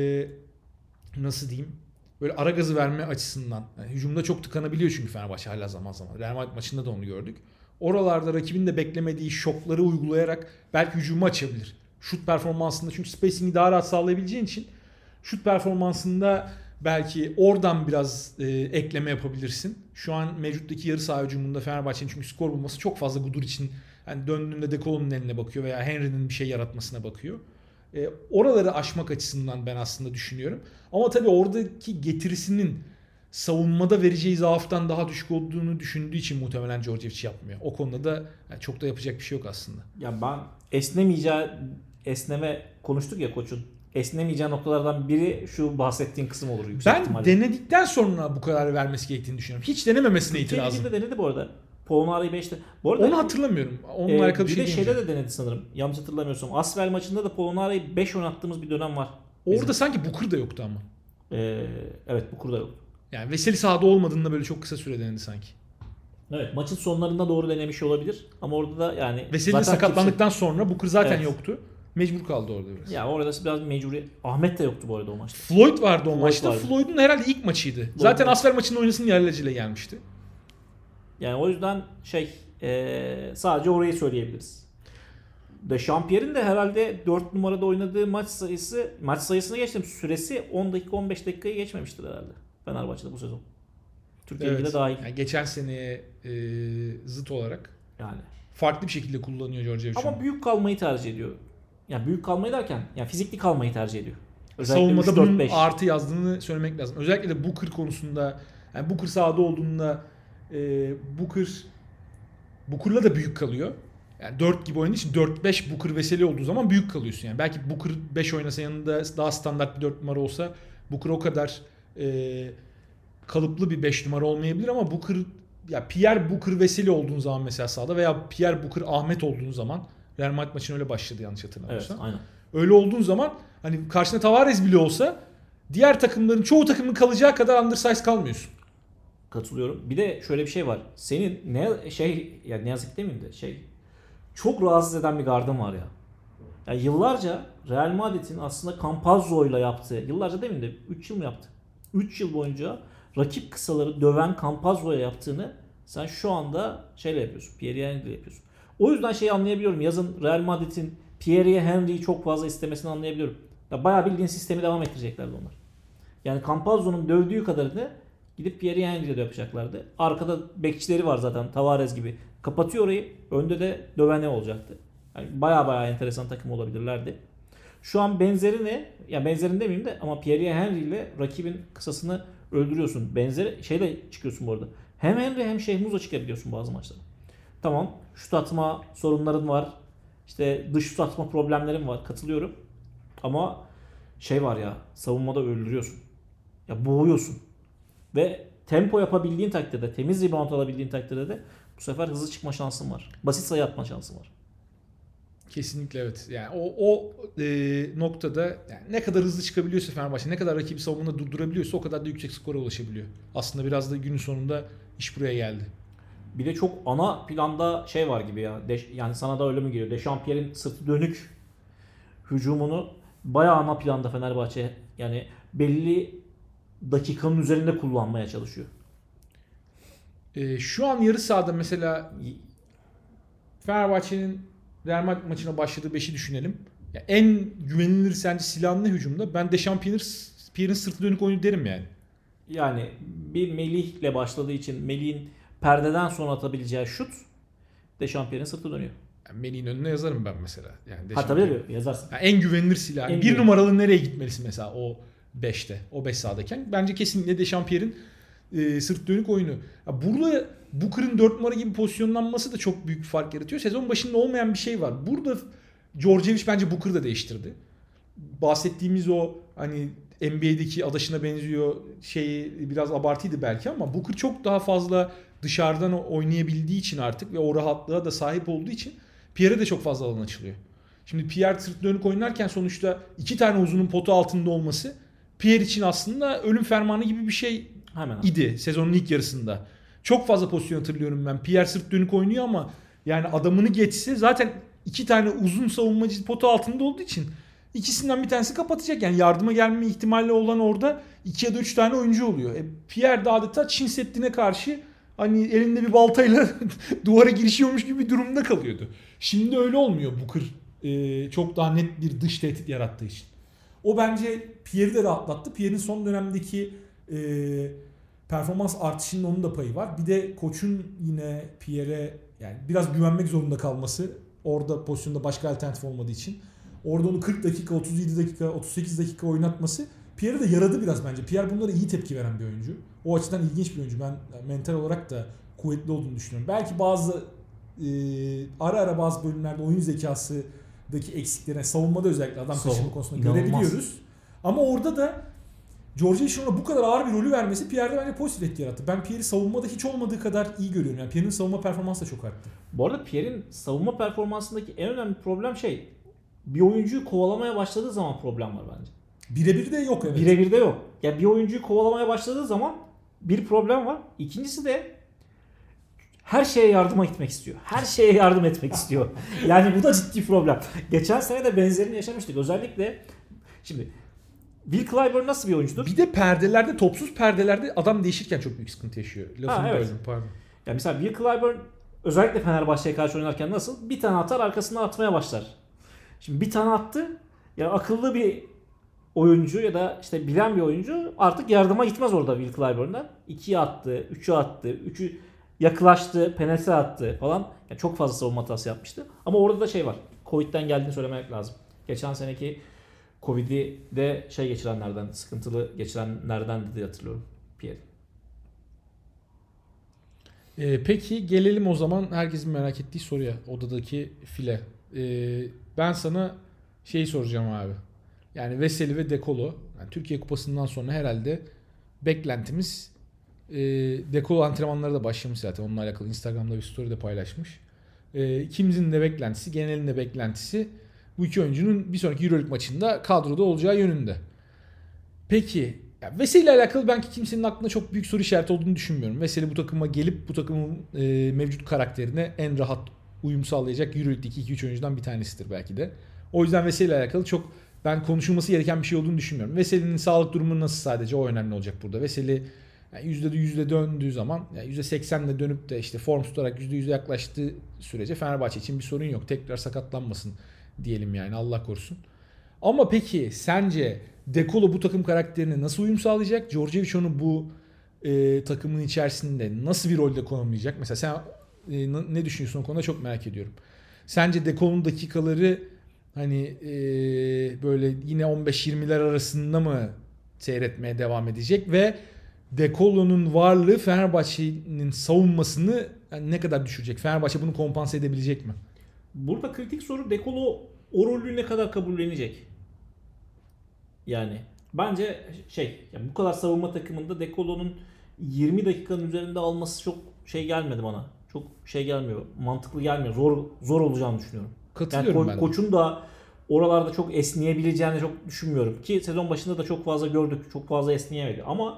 Speaker 1: nasıl diyeyim böyle ara gazı verme açısından. Yani hücumda çok tıkanabiliyor çünkü Fenerbahçe hala zaman zaman. Real Madrid maçında da onu gördük. Oralarda rakibin de beklemediği şokları uygulayarak belki hücumu açabilir. Şut performansında çünkü spacing'i daha rahat sağlayabileceğin için şut performansında belki oradan biraz e, ekleme yapabilirsin. Şu an mevcuttaki yarı saha hücumunda Fenerbahçe'nin çünkü skor bulması çok fazla Gudur için yani döndüğünde De Colo'nun eline bakıyor veya Henry'nin bir şey yaratmasına bakıyor. E, oraları aşmak açısından ben aslında düşünüyorum. Ama tabii oradaki getirisinin savunmada vereceği zaaftan daha düşük olduğunu düşündüğü için muhtemelen Djordjevic yapmıyor. O konuda da yani çok da yapacak bir şey yok aslında.
Speaker 2: Ya ben esnemeyeceği esneme konuştuk ya koçun. Esnemeyeceği noktalardan biri şu bahsettiğin kısım olur yüksek
Speaker 1: Ben
Speaker 2: ihtimalle.
Speaker 1: denedikten sonra bu kararı vermesi gerektiğini düşünüyorum. Hiç denememesine itirazım.
Speaker 2: Türkiye Ligi'nde denedi bu arada. Polonara'yı beşte. Bu arada
Speaker 1: Onu hatırlamıyorum. Onunla
Speaker 2: e,
Speaker 1: alakalı bir
Speaker 2: bir
Speaker 1: şey
Speaker 2: de şeyde
Speaker 1: diyemeyeceğim.
Speaker 2: de denedi sanırım. Yanlış hatırlamıyorsam. Asvel maçında da Polonara'yı beş oynattığımız bir dönem var.
Speaker 1: Orada
Speaker 2: bizim.
Speaker 1: sanki Booker da yoktu ama.
Speaker 2: E, evet bu kurda yok.
Speaker 1: Yani Veseli sahada olmadığında böyle çok kısa süre denedi sanki.
Speaker 2: Evet maçın sonlarında doğru denemiş olabilir. Ama orada da yani
Speaker 1: Veseli
Speaker 2: zaten
Speaker 1: sakatlandıktan sonra Booker zaten
Speaker 2: Evet.
Speaker 1: yoktu. Mecbur kaldı orada biraz.
Speaker 2: kimse- ya orada biraz mecburi. Ahmet de yoktu bu arada o maçta.
Speaker 1: Floyd vardı o
Speaker 2: Floyd
Speaker 1: maçta.
Speaker 2: vardı.
Speaker 1: Floyd'un herhalde ilk maçıydı. Zaten
Speaker 2: evet.
Speaker 1: Asfer maçında oynasın diye alelacele gelmişti.
Speaker 2: Yani o yüzden şey e, sadece orayı söyleyebiliriz. Dechampierre'in de herhalde dört numarada oynadığı maç sayısı maç sayısını geçtim. Süresi on dakika on beş dakikayı geçmemiştir herhalde. Fenerbahçe'de bu sezon. Türkiye Ligi'de dahil.
Speaker 1: Yani geçen seneye e, zıt olarak
Speaker 2: Yani.
Speaker 1: farklı bir şekilde kullanıyor Djordjevic.
Speaker 2: Ama büyük kalmayı tercih ediyor. Yani büyük kalmayı derken yani fizikli kalmayı tercih ediyor.
Speaker 1: Savunmada
Speaker 2: üç, dört,
Speaker 1: bunun
Speaker 2: beş.
Speaker 1: artı yazdığını söylemek lazım. Özellikle de Booker konusunda yani Booker sahada olduğunda e, Booker Booker'la da büyük kalıyor. Yani dört gibi oynadığı için dört beş Booker Veseli olduğu zaman büyük kalıyorsun. Yani belki Booker beş oynasa yanında daha standart bir dört numara olsa Booker o kadar e, kalıplı bir beş numara olmayabilir ama Booker ya Pierre Booker Veseli olduğun zaman mesela sahada veya Pierre Booker Ahmet olduğun zaman Real Madrid maçına öyle başladı yanlış
Speaker 2: Evet,
Speaker 1: hatırlamıyorsam.
Speaker 2: aynen.
Speaker 1: Öyle olduğun zaman hani karşında Tavares bile olsa diğer takımların çoğu takımın kalacağı kadar undersize kalmıyorsun.
Speaker 2: Katılıyorum. Bir de şöyle bir şey var. Senin ne şey ya ne yazık demeyeyim de şey çok rahatsız eden bir gardın var ya. Yani yıllarca Real Madrid'in aslında Campazzo ile yaptığı, yıllarca demeyeyim de üç yıl mı yaptı? üç yıl boyunca rakip kısaları döven Campazzo'ya yaptığını sen şu anda şeyle yapıyorsun. Pierre Henry ile yapıyorsun. O yüzden şeyi anlayabiliyorum. Yazın Real Madrid'in Pierre Henry'yi çok fazla istemesini anlayabiliyorum. Ya bayağı bildiğin sistemi devam ettireceklerdi onlar. Yani Campazzo'nun dövdüğü kadarını gidip Pierre Henry ile de yapacaklardı. Arkada bekçileri var zaten Tavares gibi. Kapatıyor orayı. Önde de dövene olacaktı. Yani baya baya enteresan takım olabilirlerdi. Şu an benzeri ne? Ya benzerini demeyeyim de ama Pierre Henry ile rakibin kısasını öldürüyorsun. Benzeri şeyle çıkıyorsun bu arada. Hem Henry hem Şehmuz'la çıkabiliyorsun bazı maçlarda. Tamam. Şut atma sorunların var. İşte dış şut atma problemlerin var. Katılıyorum. Ama şey var ya savunmada öldürüyorsun. Ya boğuyorsun. Ve tempo yapabildiğin takdirde, temiz rebound alabildiğin takdirde de bu sefer hızlı çıkma şansın var. Basit sayı atma şansın var.
Speaker 1: Kesinlikle evet. Yani o o e, noktada yani ne kadar hızlı çıkabiliyorsa Fenerbahçe, ne kadar rakibi savunmada durdurabiliyorsa o kadar da yüksek skora ulaşabiliyor. Aslında biraz da günün sonunda iş buraya geldi.
Speaker 2: Bir de çok ana planda şey var gibi ya. Deş, yani sana da öyle mi geliyor? Dechampierre'in sırtı dönük hücumunu bayağı ana planda Fenerbahçe yani belli dakikanın üzerinde kullanmaya çalışıyor.
Speaker 1: E, şu an yarı sahada mesela Fenerbahçe'nin Real Madrid maçına başladığı beşi düşünelim. Ya en güvenilir sence silahın ne hücumda? Ben Dechampierre'in sırtı dönük oyunu derim yani.
Speaker 2: Yani bir Melih'le başladığı için Melih'in perdeden sonra atabileceği şut Dechampierre'in sırtı dönüyor.
Speaker 1: Yani Melih'in önüne yazarım ben mesela. Yani
Speaker 2: Ha tabii tabii yazarsın.
Speaker 1: Yani en güvenilir silah.
Speaker 2: En
Speaker 1: bir
Speaker 2: güvenilir.
Speaker 1: numaralı nereye gitmelisi mesela o beşte. O beş sahadayken. Bence kesinlikle Dechampierre'in e, sırt dönük oyunu. Ya burada Booker'ın dört numara gibi pozisyonlanması da çok büyük bir fark yaratıyor. Sezon başında olmayan bir şey var. Burada Djordjevic bence Booker'ı da değiştirdi. Bahsettiğimiz o hani N B A'deki adaşına benziyor şeyi biraz abartıydı belki ama Booker çok daha fazla dışarıdan oynayabildiği için artık ve o rahatlığa da sahip olduğu için Pierre'e de çok fazla alan açılıyor. Şimdi Pierre sırt dönük oynarken sonuçta iki tane uzunun potu altında olması Pierre için aslında ölüm fermanı gibi bir şey
Speaker 2: Hemen.
Speaker 1: idi sezonun ilk yarısında. Çok fazla pozisyon hatırlıyorum ben. Pierre sırt dönük oynuyor ama yani adamını geçse zaten iki tane uzun savunmacı potu altında olduğu için ikisinden bir tanesi kapatacak. Yani yardıma gelme ihtimali olan orada iki ya da üç tane oyuncu oluyor. E, Pierre de adeta Çin Seddi'ne karşı hani elinde bir baltayla duvara girişiyormuş gibi bir durumda kalıyordu. Şimdi öyle olmuyor Booker. E, çok daha net bir dış tehdit yarattığı için. O bence Pierre'i de rahatlattı. Pierre'in son dönemdeki e, performans artışının onun da payı var. Bir de koçun yine Pierre'e yani biraz güvenmek zorunda kalması. Orada pozisyonda başka alternatif olmadığı için. Orada onu kırk dakika, otuz yedi dakika, otuz sekiz dakika oynatması Pierre'e de yaradı biraz bence. Pierre bunlara iyi tepki veren bir oyuncu. O açıdan ilginç bir oyuncu. Ben mental olarak da kuvvetli olduğunu düşünüyorum. Belki bazı e, ara ara bazı bölümlerde oyun zekasındaki eksiklerine savunmada özellikle adam taşıma konusunda
Speaker 2: İnanılmaz.
Speaker 1: görebiliyoruz. Ama orada da Djordjevic'in ona bu kadar ağır bir rolü vermesi Pierre'de bence pozitif etki yarattı. Ben Pierre'i savunmada hiç olmadığı kadar iyi görüyorum. Yani Pierre'in savunma performansı da çok arttı.
Speaker 2: Bu arada Pierre'in savunma performansındaki en önemli problem şey bir oyuncuyu kovalamaya başladığı zaman problem var bence.
Speaker 1: Birebir de yok evet.
Speaker 2: Birebir de yok. Ya yani bir oyuncuyu kovalamaya başladığı zaman bir problem var. İkincisi de her şeye yardıma gitmek istiyor. Her şeye yardım etmek istiyor. Yani bu da ciddi problem. Geçen sene de benzerini yaşamıştık. Özellikle şimdi Will Clyburn nasıl bir oyuncudur?
Speaker 1: Bir de perdelerde, topsuz perdelerde adam değişirken çok büyük sıkıntı yaşıyor. Lafını
Speaker 2: Ha, evet.
Speaker 1: böldüm pardon.
Speaker 2: Ya mesela Will Clyburn özellikle Fenerbahçe'ye karşı oynarken nasıl? Bir tane atar arkasına atmaya başlar. Şimdi bir tane attı. Ya akıllı bir oyuncu ya da işte bilen bir oyuncu artık yardıma gitmez orada Will Clyburn'dan. ikiye attı, üçü attı, üçü yaklaştı, penetre attı falan. Yani çok fazla savunma hatası yapmıştı. Ama orada da şey var. Covid'den geldiğini söylemek lazım. Geçen seneki Covid'i de şey geçirenlerden, sıkıntılı geçirenlerden diye hatırlıyorum Pierre.
Speaker 1: Ee, peki gelelim o zaman herkesin merak ettiği soruya. Odadaki file. Ee, ben sana şeyi soracağım abi. Yani Veseli ve De Colo. Yani Türkiye Kupası'ndan sonra herhalde beklentimiz e, De Colo antrenmanları da başlamış zaten. Onunla alakalı Instagram'da bir story de paylaşmış. E, ikimizin de beklentisi, genelin de beklentisi bu iki oyuncunun bir sonraki Euroleague maçında kadroda olacağı yönünde. Peki ya Veseli ile alakalı ben kimsenin aklında çok büyük soru işareti olduğunu düşünmüyorum. Veseli bu takıma gelip bu takımın e, mevcut karakterine en rahat uyum sağlayacak Euroleague'deki iki üç oyuncudan bir tanesidir belki de. O yüzden Veseli ile alakalı çok ben konuşulması gereken bir şey olduğunu düşünmüyorum. Veseli'nin sağlık durumu nasıl sadece o önemli olacak burada. Veseli yani yüzde yüzde döndüğü zaman yani yüzde seksenle dönüp de işte form tutarak yüzde yüze yaklaştığı sürece Fenerbahçe için bir sorun yok. Tekrar sakatlanmasın diyelim yani Allah korusun. Ama peki sence De Colo bu takım karakterine nasıl uyum sağlayacak? Djordjevic onu bu e, takımın içerisinde nasıl bir rolde konumlayacak? Mesela sen e, ne düşünüyorsun o konuda çok merak ediyorum. Sence De Colo'nun dakikaları hani e, böyle yine on beş yirmiler arasında mı seyretmeye devam edecek ve De Colo'nun varlığı Fenerbahçe'nin savunmasını yani ne kadar düşürecek? Fenerbahçe bunu kompanse edebilecek mi?
Speaker 2: Burada kritik soru De Colo o rolü ne kadar kabullenecek? Yani bence şey yani bu kadar savunma takımında De Colo'nun yirmi dakikanın üzerinde alması çok şey gelmedi bana. Çok şey gelmiyor. Mantıklı gelmiyor. Zor zor olacağını düşünüyorum.
Speaker 1: Katılıyorum
Speaker 2: yani ko-
Speaker 1: ben de.
Speaker 2: koçun da oralarda çok esneyebileceğini çok düşünmüyorum. Ki sezon başında da çok fazla gördük. Çok fazla esneyemedi. Ama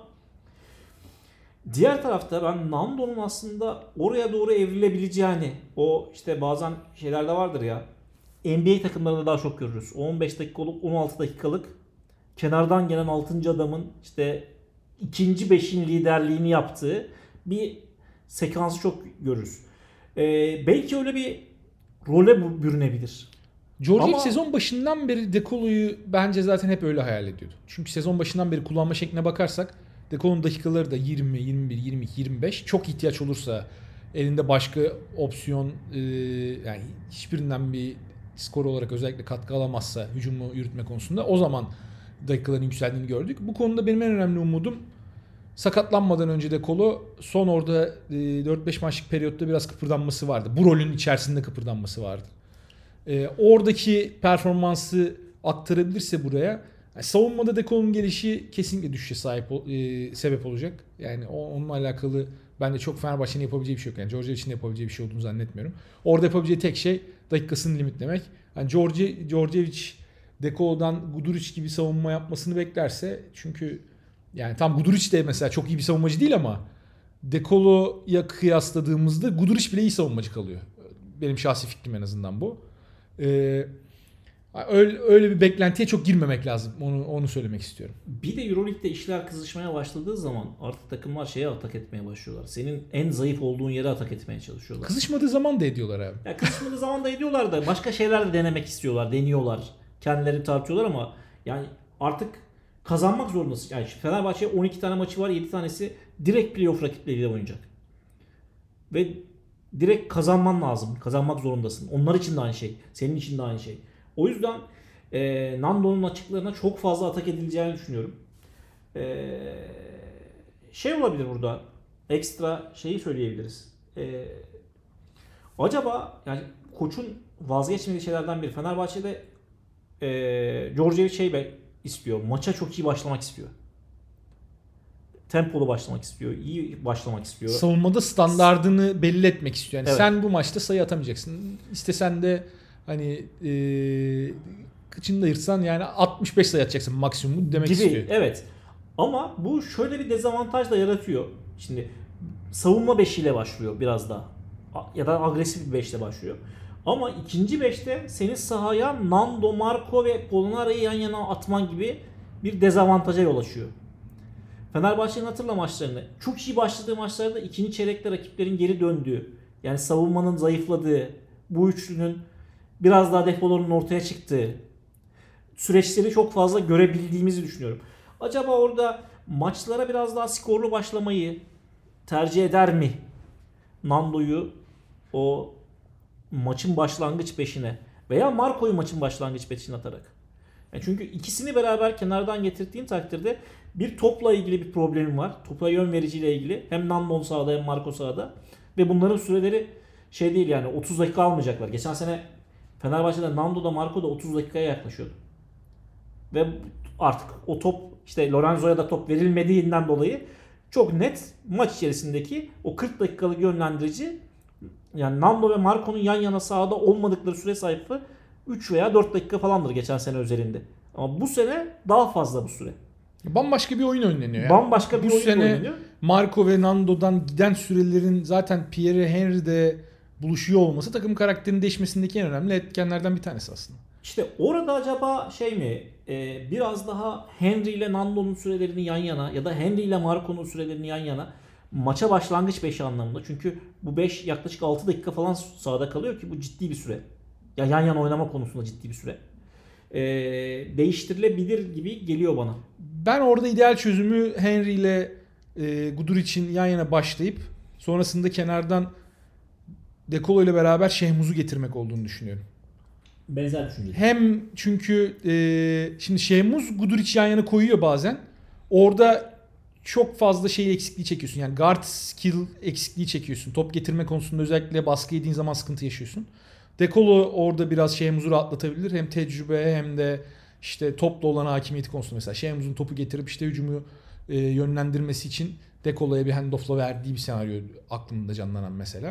Speaker 2: diğer tarafta ben Nando'nun aslında oraya doğru evrilebileceğini, o işte bazen şeylerde vardır ya, N B A takımlarında daha çok görürüz. on beş dakikalık, on altı dakikalık kenardan gelen altıncı adamın işte ikinci beşin liderliğini yaptığı bir sekansı çok görürüz. Ee, belki öyle bir role bu- bürünebilir.
Speaker 1: Djordjevic
Speaker 2: Ama-
Speaker 1: sezon başından beri De Colo'yu bence zaten hep öyle hayal ediyordu. Çünkü sezon başından beri kullanma şekline bakarsak De Colo'nun dakikaları da yirmi, yirmi bir, yirmi iki, yirmi beş. Çok ihtiyaç olursa elinde başka opsiyon e, yani hiçbirinden bir skor olarak özellikle katkı alamazsa hücumu yürütme konusunda o zaman dakikaların yükseldiğini gördük. Bu konuda benim en önemli umudum sakatlanmadan önce De Colo son orada e, dört beş maçlık periyotta biraz kıpırdanması vardı. Bu rolün içerisinde kıpırdanması vardı. E, oradaki performansı aktarabilirse buraya yani savunmada De Colo'nun gelişi kesinlikle düşüşe sahip ol- e, sebep olacak. Yani o, onunla alakalı bence çok Fenerbahçe'nin yapabileceği bir şey yok. Yani Djordjevic'in de yapabileceği bir şey olduğunu zannetmiyorum. Orada yapabileceği tek şey dakikasını limitlemek. Yani Djordje, Djordjevic De Colo'dan Guduric gibi savunma yapmasını beklerse çünkü yani tam Guduric de mesela çok iyi bir savunmacı değil ama De Colo'ya kıyasladığımızda Guduric bile iyi savunmacı kalıyor. Benim şahsi fikrim en azından bu. Ee, öyle, öyle bir beklentiye çok girmemek lazım. Onu onu söylemek istiyorum.
Speaker 2: Bir de Euroleague'de işler kızışmaya başladığı zaman artık takımlar şeye atak etmeye başlıyorlar. Senin en zayıf olduğun yere atak etmeye çalışıyorlar.
Speaker 1: Kızışmadığı zaman da ediyorlar abi.
Speaker 2: Ya kızışmadığı zaman da ediyorlar da başka şeyler de denemek istiyorlar, deniyorlar. Kendileri tartıyorlar ama yani artık kazanmak zorundasın. Yani Fenerbahçe on iki tane maçı var, yedi tanesi direkt playoff rakipleriyle oynayacak. Ve direkt kazanman lazım. Kazanmak zorundasın. Onlar için de aynı şey. Senin için de aynı şey. O yüzden e, Nando'nun açıklarına çok fazla atak edileceğini düşünüyorum. E, şey olabilir burada. Ekstra şeyi söyleyebiliriz. E, acaba yani koçun vazgeçmediği şeylerden biri. Fenerbahçe'de e, Djordjevic şey be, istiyor. Maça çok iyi başlamak istiyor. Tempolu başlamak istiyor. İyi başlamak istiyor.
Speaker 1: Savunmada standardını belli etmek istiyor. Yani
Speaker 2: Evet.
Speaker 1: sen bu maçta sayı atamayacaksın. İstesen de hani e, kıçını da ayırsan yani altmış beş sayı atacaksın maksimum demek
Speaker 2: gibi.
Speaker 1: istiyor.
Speaker 2: Evet. Ama bu şöyle bir dezavantaj da yaratıyor. Şimdi savunma beşiyle başlıyor biraz daha. Ya da agresif bir beşle başlıyor. Ama ikinci beşte seni sahaya Nando, Marco ve Polonara'yı yan yana atman gibi bir dezavantaja yol açıyor. Fenerbahçe'nin hatırla maçlarını. Çok iyi başladığı maçlarda ikinci çeyrekte rakiplerin geri döndüğü, yani savunmanın zayıfladığı, bu üçlünün biraz daha defolarının ortaya çıktığı süreçleri çok fazla görebildiğimizi düşünüyorum. Acaba orada maçlara biraz daha skorlu başlamayı tercih eder mi? Nando'yu o maçın başlangıç beşine veya Marco'yu maçın başlangıç beşine atarak. Yani çünkü ikisini beraber kenardan getirdiğin takdirde bir topla ilgili bir problemim var. Topa yön vericiyle ilgili. Hem Nando sahada hem Marco sahada. Ve bunların süreleri şey değil yani otuz dakika almayacaklar. Geçen sene Fenerbahçe'de Nando da Marco da otuz dakikaya yaklaşıyordu. Ve artık o top işte Lorenzo'ya da top verilmediğinden dolayı çok net maç içerisindeki o kırk dakikalık yönlendirici yani Nando ve Marco'nun yan yana sahada olmadıkları süre sayısı üç veya dört dakika falandır geçen sene üzerinde. Ama bu sene daha fazla bu süre.
Speaker 1: Bambaşka bir oyun oynanıyor ya.
Speaker 2: Bambaşka bir
Speaker 1: Bu
Speaker 2: oyun
Speaker 1: sene
Speaker 2: oynanıyor.
Speaker 1: Marco ve Nando'dan giden sürelerin zaten Pierre Henry'de buluşuyor olması takım karakterinin değişmesindeki en önemli etkenlerden bir tanesi aslında.
Speaker 2: İşte orada acaba şey mi e, biraz daha Henry ile Nando'nun sürelerini yan yana ya da Henry ile Marco'nun sürelerini yan yana maça başlangıç beşi anlamında. Çünkü bu beş yaklaşık altı dakika falan sahada kalıyor ki bu ciddi bir süre. Ya yan yana oynama konusunda ciddi bir süre. E, değiştirilebilir gibi geliyor bana.
Speaker 1: Ben orada ideal çözümü Henry ile e, Guduric'in yan yana başlayıp sonrasında kenardan De Colo ile beraber Şehmuz'u getirmek olduğunu düşünüyorum.
Speaker 2: Benzer düşünce.
Speaker 1: Hem çünkü e, şimdi Şehmuz Guduric yan yana koyuyor bazen. Orada çok fazla şey eksikliği çekiyorsun. Yani guard skill eksikliği çekiyorsun. Top getirme konusunda özellikle baskı yediğin zaman sıkıntı yaşıyorsun. De Colo orada biraz Şehmuz'u rahatlatabilir. Hem tecrübe hem de işte topla olan hakimiyeti konusunda mesela Şehmuz'un topu getirip işte hücumu e, yönlendirmesi için De Colo'ya bir handoff'la verdiği bir senaryo aklımda canlanan mesela.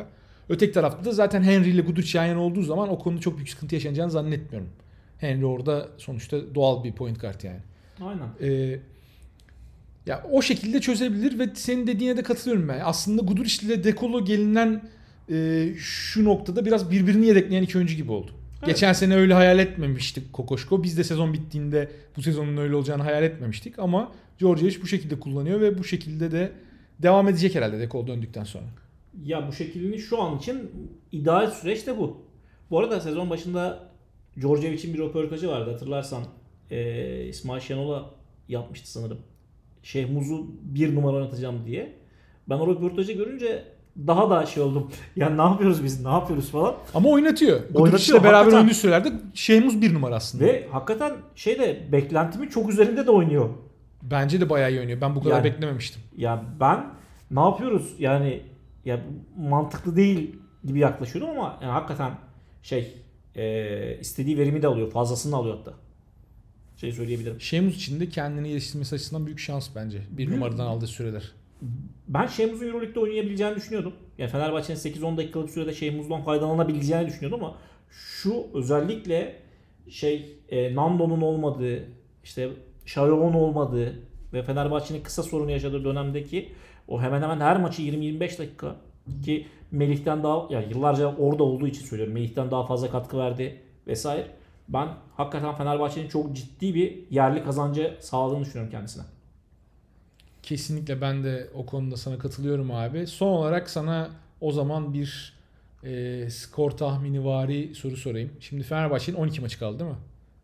Speaker 1: Öteki tarafta da zaten Henry ile Guduric yan yana olduğu zaman o konuda çok büyük sıkıntı yaşanacağını zannetmiyorum. Henry orada sonuçta doğal bir point guard yani.
Speaker 2: Aynen.
Speaker 1: Ee, ya o şekilde çözebilir ve senin dediğine de katılıyorum ben. Aslında Guduric ile De Colo gelinen e, şu noktada biraz birbirini yedekleyen iki oyuncu gibi oldu. Evet. Geçen sene öyle hayal etmemiştik Kokoşko. Biz de sezon bittiğinde bu sezonun öyle olacağını hayal etmemiştik ama Djordjevic bu şekilde kullanıyor ve bu şekilde de devam edecek herhalde De Colo döndükten sonra.
Speaker 2: Ya bu şeklini şu an için ideal süreç de bu. Bu arada sezon başında Djordjevic'in bir röportajı vardı hatırlarsan. Ee, İsmail Şenol'a yapmıştı sanırım. Şehmuz'u bir numara oynatacağım diye. Ben o röportajı görünce daha da şey oldum. Ya ne yapıyoruz biz, ne yapıyoruz falan.
Speaker 1: Ama oynatıyor. Guduric'le beraber oynadığı sürelerde Şehmuz bir numara aslında.
Speaker 2: Ve hakikaten şeyde beklentimin çok üzerinde de oynuyor.
Speaker 1: Bence de bayağı iyi oynuyor. Ben bu kadar
Speaker 2: yani,
Speaker 1: beklememiştim.
Speaker 2: Ya ben ne yapıyoruz yani ya mantıklı değil gibi yaklaşıyordum ama yani hakikaten şey e, istediği verimi de alıyor. Fazlasını alıyor hatta. Şey söyleyebilirim.
Speaker 1: Şehmuz için de kendini geliştirmesi açısından büyük şans bence. Bir büyük. numaradan aldığı süreler.
Speaker 2: Ben Şehmuz'un Euroleague'de oynayabileceğini düşünüyordum. Yani Fenerbahçe'nin sekiz on dakikalık sürede Şehmuz'dan faydalanabileceğini düşünüyordum ama şu özellikle şey e, Nando'nun olmadığı, işte Şayov'un olmadığı ve Fenerbahçe'nin kısa sorunu yaşadığı dönemdeki o hemen hemen her maçı yirmi yirmi beş dakika ki Melih'ten daha yani yıllarca orada olduğu için söylüyorum. Melih'ten daha fazla katkı verdi vesaire. Ben hakikaten Fenerbahçe'nin çok ciddi bir yerli kazancı sağladığını düşünüyorum kendisine.
Speaker 1: Kesinlikle ben de o konuda sana katılıyorum abi. Son olarak sana o zaman bir e, skor tahminivari soru sorayım. Şimdi Fenerbahçe'nin on iki maçı kaldı değil mi?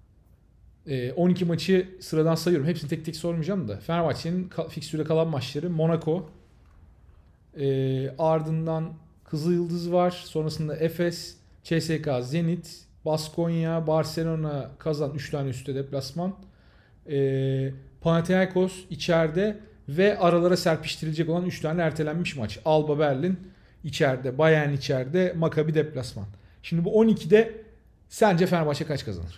Speaker 1: E, on iki maçı sıradan sayıyorum. Hepsini tek tek sormayacağım da. Fenerbahçe'nin ka- fikstürde kalan maçları Monaco, e, ardından Kızılyıldız var. Sonrasında Efes, C S K A, Zenit, Baskonya, Barcelona, Kazan üç tane üstte deplasman. E, Panathinaikos içeride ve aralara serpiştirilecek olan üç tane ertelenmiş maç. Alba Berlin içeride, Bayern içeride, Maccabi deplasman. Şimdi bu on ikide sence Fenerbahçe kaç kazanır?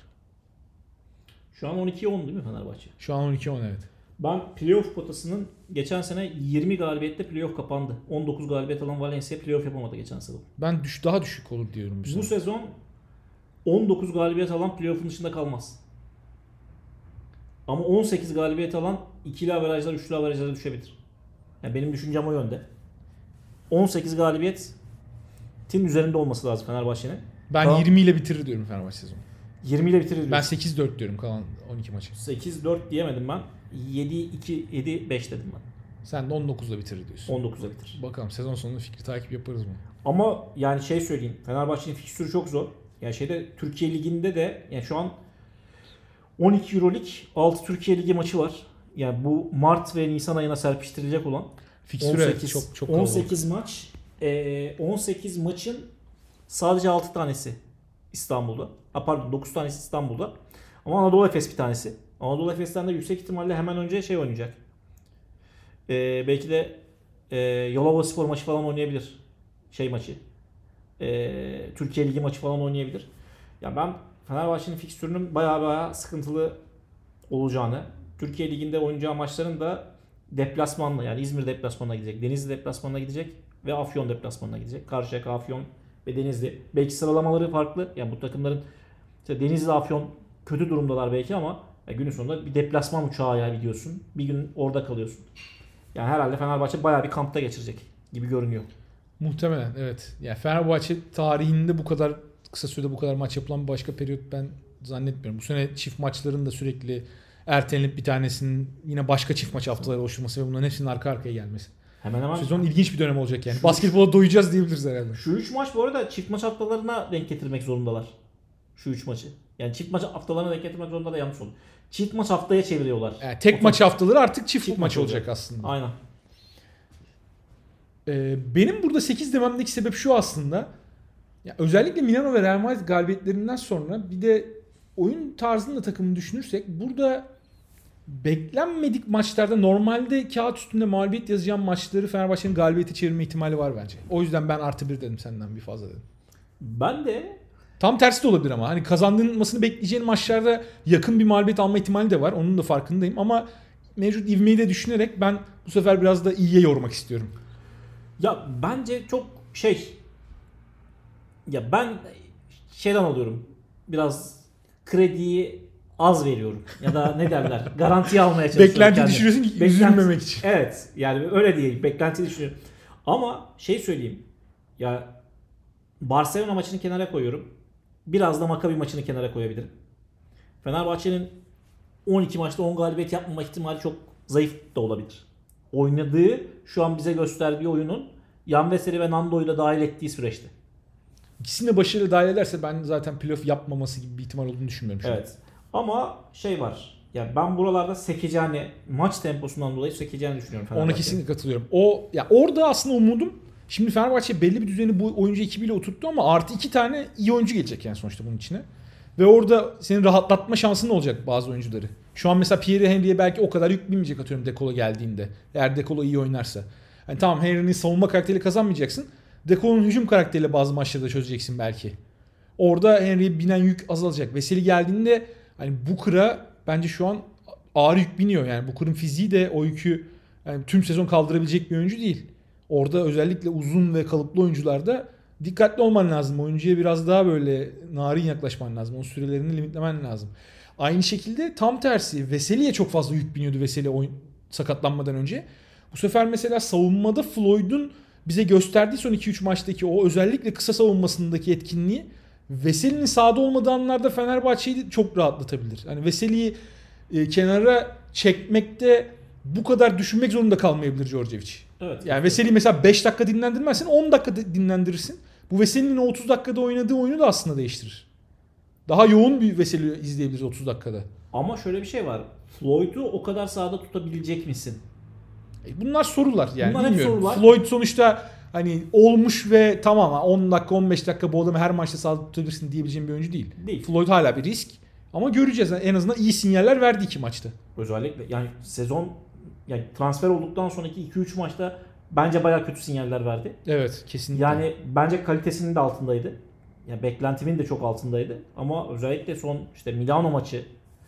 Speaker 2: Şu an on ikiye on değil mi Fenerbahçe?
Speaker 1: Şu an on ikiye on evet.
Speaker 2: Ben playoff potasının geçen sene yirmi galibiyette playoff kapandı. on dokuz galibiyet alan Valencia playoff yapamadı geçen sezon.
Speaker 1: Ben düş daha düşük olur diyorum bu,
Speaker 2: bu sezon. on dokuz galibiyet alan playoff'un dışında kalmaz. Ama on sekiz galibiyet alan ikili averajlar, üçlü averajlara düşebilir. Yani benim düşüncem o yönde. on sekiz galibiyetin üzerinde olması lazım Fenerbahçe'nin.
Speaker 1: Ben Daha... yirmi ile bitirir diyorum Fenerbahçe sezonu.
Speaker 2: yirmi ile bitirir diyorum.
Speaker 1: Ben sekiz dört diyorum kalan on iki maçı.
Speaker 2: sekiz dört diyemedim ben. yedi iki, yedi beş dedim ben.
Speaker 1: Sen de on dokuzla bitirir diyorsun.
Speaker 2: on dokuzla bitirir.
Speaker 1: Bakalım sezon sonunda fikri takip yaparız mı?
Speaker 2: Ama yani şey söyleyeyim. Fenerbahçe'nin fikstürü çok zor. Yani şeyde Türkiye Ligi'nde de yani şu an on iki Euroleague, altı Türkiye Ligi maçı var. Yani bu Mart ve Nisan ayına serpiştirilecek olan
Speaker 1: fikstürü on sekiz, çok çok
Speaker 2: on sekiz maç. on sekiz maçın sadece altı tanesi İstanbul'da. Ha pardon dokuz tanesi İstanbul'da. Ama Anadolu Efes bir tanesi. Anadolu Efes'ten de yüksek ihtimalle hemen önce şey oynayacak. Ee, belki de e, Yalovaspor maçı falan oynayabilir. Şey maçı. E, Türkiye Ligi maçı falan oynayabilir. Ya yani ben Fenerbahçe'nin fikstürünün bayağı bayağı sıkıntılı olacağını, Türkiye Ligi'nde oynayacağı maçların da deplasmanla yani İzmir deplasmanına gidecek, Denizli deplasmanına gidecek ve Afyon deplasmanına gidecek. Karşıyaka, Afyon ve Denizli. Belki sıralamaları farklı. Yani bu takımların işte Denizli, Afyon kötü durumdalar belki ama günün sonunda bir deplasman uçağıyla gidiyorsun. Bir gün orada kalıyorsun. Yani herhalde Fenerbahçe bayağı bir kampta geçirecek gibi görünüyor.
Speaker 1: Muhtemelen evet. Yani Fenerbahçe tarihinde bu kadar kısa sürede bu kadar maç yapılan bir başka periyot ben zannetmiyorum. Bu sene çift maçların da sürekli ertelenip bir tanesinin yine başka çift maç haftaları oluşturması ve bunların hepsinin arka arkaya gelmesi.
Speaker 2: Hemen hemen.
Speaker 1: Sezon ilginç bir dönem olacak yani. Basketbola doyacağız diyebiliriz herhalde.
Speaker 2: Şu üç maç bu arada çift maç haftalarına denk getirmek zorundalar. Şu üç maçı. Yani çift maç haftalarına denk getirmek zorunda da yanlış oldu. Çift maç haftaya çeviriyorlar.
Speaker 1: Yani tek maç haftaları artık çift,
Speaker 2: çift
Speaker 1: maç,
Speaker 2: maç
Speaker 1: olacak
Speaker 2: olacak
Speaker 1: aslında.
Speaker 2: Aynen.
Speaker 1: Ee, benim burada sekiz dememdeki sebep şu aslında. Ya özellikle Milano ve Real Madrid galibiyetlerinden sonra bir de oyun tarzını da takımını düşünürsek burada beklenmedik maçlarda normalde kağıt üstünde mağlubiyet yazacağım maçları Fenerbahçe'nin galibiyete çevirme ihtimali var bence. O yüzden ben artı bir dedim senden bir fazla dedim.
Speaker 2: Ben de
Speaker 1: tam tersi de olabilir ama hani kazanılmasını bekleyeceğin maçlarda yakın bir mağlubiyet alma ihtimali de var. Onun da farkındayım ama mevcut ivmeyi de düşünerek ben bu sefer biraz da iyiye yormak istiyorum.
Speaker 2: Ya bence çok şey Ya ben şeyden alıyorum. Biraz krediyi az veriyorum. Ya da ne derler? Garantiye almaya çalışıyorum.
Speaker 1: Beklenti
Speaker 2: kendimi.
Speaker 1: düşürüyorsun ki
Speaker 2: Beklenti-
Speaker 1: üzülmemek için.
Speaker 2: Evet. Yani öyle değil. Beklenti düşünüyorum. Ama şey söyleyeyim. Ya Barcelona maçını kenara koyuyorum. Biraz da Maccabi maçını kenara koyabilirim. Fenerbahçe'nin on iki maçta on galibiyet yapmama ihtimali çok zayıf da olabilir. Oynadığı, şu an bize gösterdiği oyunun Yan Veseli ve Nando'yu da dahil ettiği süreçte.
Speaker 1: İkisini de başarılı dahil ederse ben zaten playoff yapmaması gibi bir ihtimal olduğunu düşünmüyorum şu an.
Speaker 2: Evet. Ama şey var. Ya ben buralarda sekeceğini, maç temposundan dolayı sekeceğini düşünüyorum
Speaker 1: Ona
Speaker 2: Fenerbahçe'nin.
Speaker 1: kesinlikle katılıyorum. O ya orada aslında umudum, şimdi Fenerbahçe belli bir düzeni bu oyuncu ekibiyle oturttu ama artı iki tane iyi oyuncu gelecek yani sonuçta bunun içine. Ve orada senin rahatlatma şansın olacak bazı oyuncuları. Şu an mesela Pierre Henry'e belki o kadar yük binmeyecek atıyorum De Colo geldiğinde. Eğer De Colo iyi oynarsa. Yani tamam, Henry'nin savunma karakteriyle kazanmayacaksın. De Colo'nun hücum karakteriyle bazı maçları da çözeceksin belki. Orada Henry'e binen yük azalacak. Veseli geldiğinde hani Booker'a bence şu an ağır yük biniyor. Yani Booker'ın fiziği de o yükü yani tüm sezon kaldırabilecek bir oyuncu değil. Orada özellikle uzun ve kalıplı oyuncularda dikkatli olman lazım. Oyuncuya biraz daha böyle narin yaklaşman lazım. Onun sürelerini limitlemen lazım. Aynı şekilde tam tersi Veseli'ye çok fazla yük biniyordu Veseli oyun sakatlanmadan önce. Bu sefer mesela savunmada Floyd'un bize gösterdiği son iki üç maçtaki o özellikle kısa savunmasındaki etkinliği Veseli'nin sahada olmadığı anlarda Fenerbahçe'yi çok rahatlatabilir. Hani Veseli'yi e, kenara çekmekte bu kadar düşünmek zorunda kalmayabilir Djordjevic.
Speaker 2: Evet.
Speaker 1: Yani Veseli'yi mesela beş dakika dinlendirmezsen on dakika dinlendirirsin. Bu Veseli'nin o otuz dakikada oynadığı oyunu da aslında değiştirir. Daha yoğun bir Veseli izleyebiliriz otuz dakikada.
Speaker 2: Ama şöyle bir şey var. Floyd'u o kadar sahada tutabilecek misin?
Speaker 1: E bunlar sorular yani,
Speaker 2: Bunlar hep
Speaker 1: bilmiyorum.
Speaker 2: sorular.
Speaker 1: Floyd sonuçta hani olmuş ve tamam on dakika on beş dakika bu adamı her maçta sahada tutabilirsin diyebileceğim bir oyuncu değil.
Speaker 2: Değil.
Speaker 1: Floyd hala bir risk ama göreceğiz. En azından iyi sinyaller verdi iki maçta.
Speaker 2: Özellikle yani sezon yani transfer olduktan sonraki iki üç maçta bence bayağı kötü sinyaller verdi.
Speaker 1: Evet, kesinlikle.
Speaker 2: Yani bence kalitesinin de altındaydı. Yani beklentimin de çok altındaydı. Ama özellikle son işte Milano maçı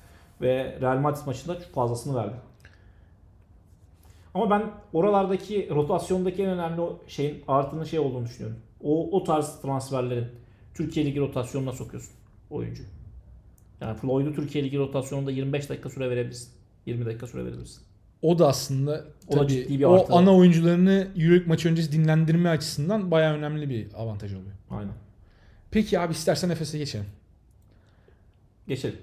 Speaker 2: ve Real Madrid maçında çok fazlasını verdi. Ama ben oralardaki rotasyondaki en önemli şeyin artının şey olduğunu düşünüyorum. O o tarz transferlerin Türkiye Ligi rotasyonuna sokuyorsun oyuncu. Yani Floyd'u Türkiye Ligi rotasyonunda yirmi beş dakika süre verebilirsin. yirmi dakika süre verebilirsin.
Speaker 1: O da aslında
Speaker 2: O da
Speaker 1: tabii
Speaker 2: ciddi bir
Speaker 1: o
Speaker 2: artı.
Speaker 1: ana oyuncularını Euroleague maçı öncesi dinlendirme açısından bayağı önemli bir avantaj oluyor.
Speaker 2: Aynen.
Speaker 1: Peki abi, istersen Efes'e geçelim.
Speaker 2: Geçelim.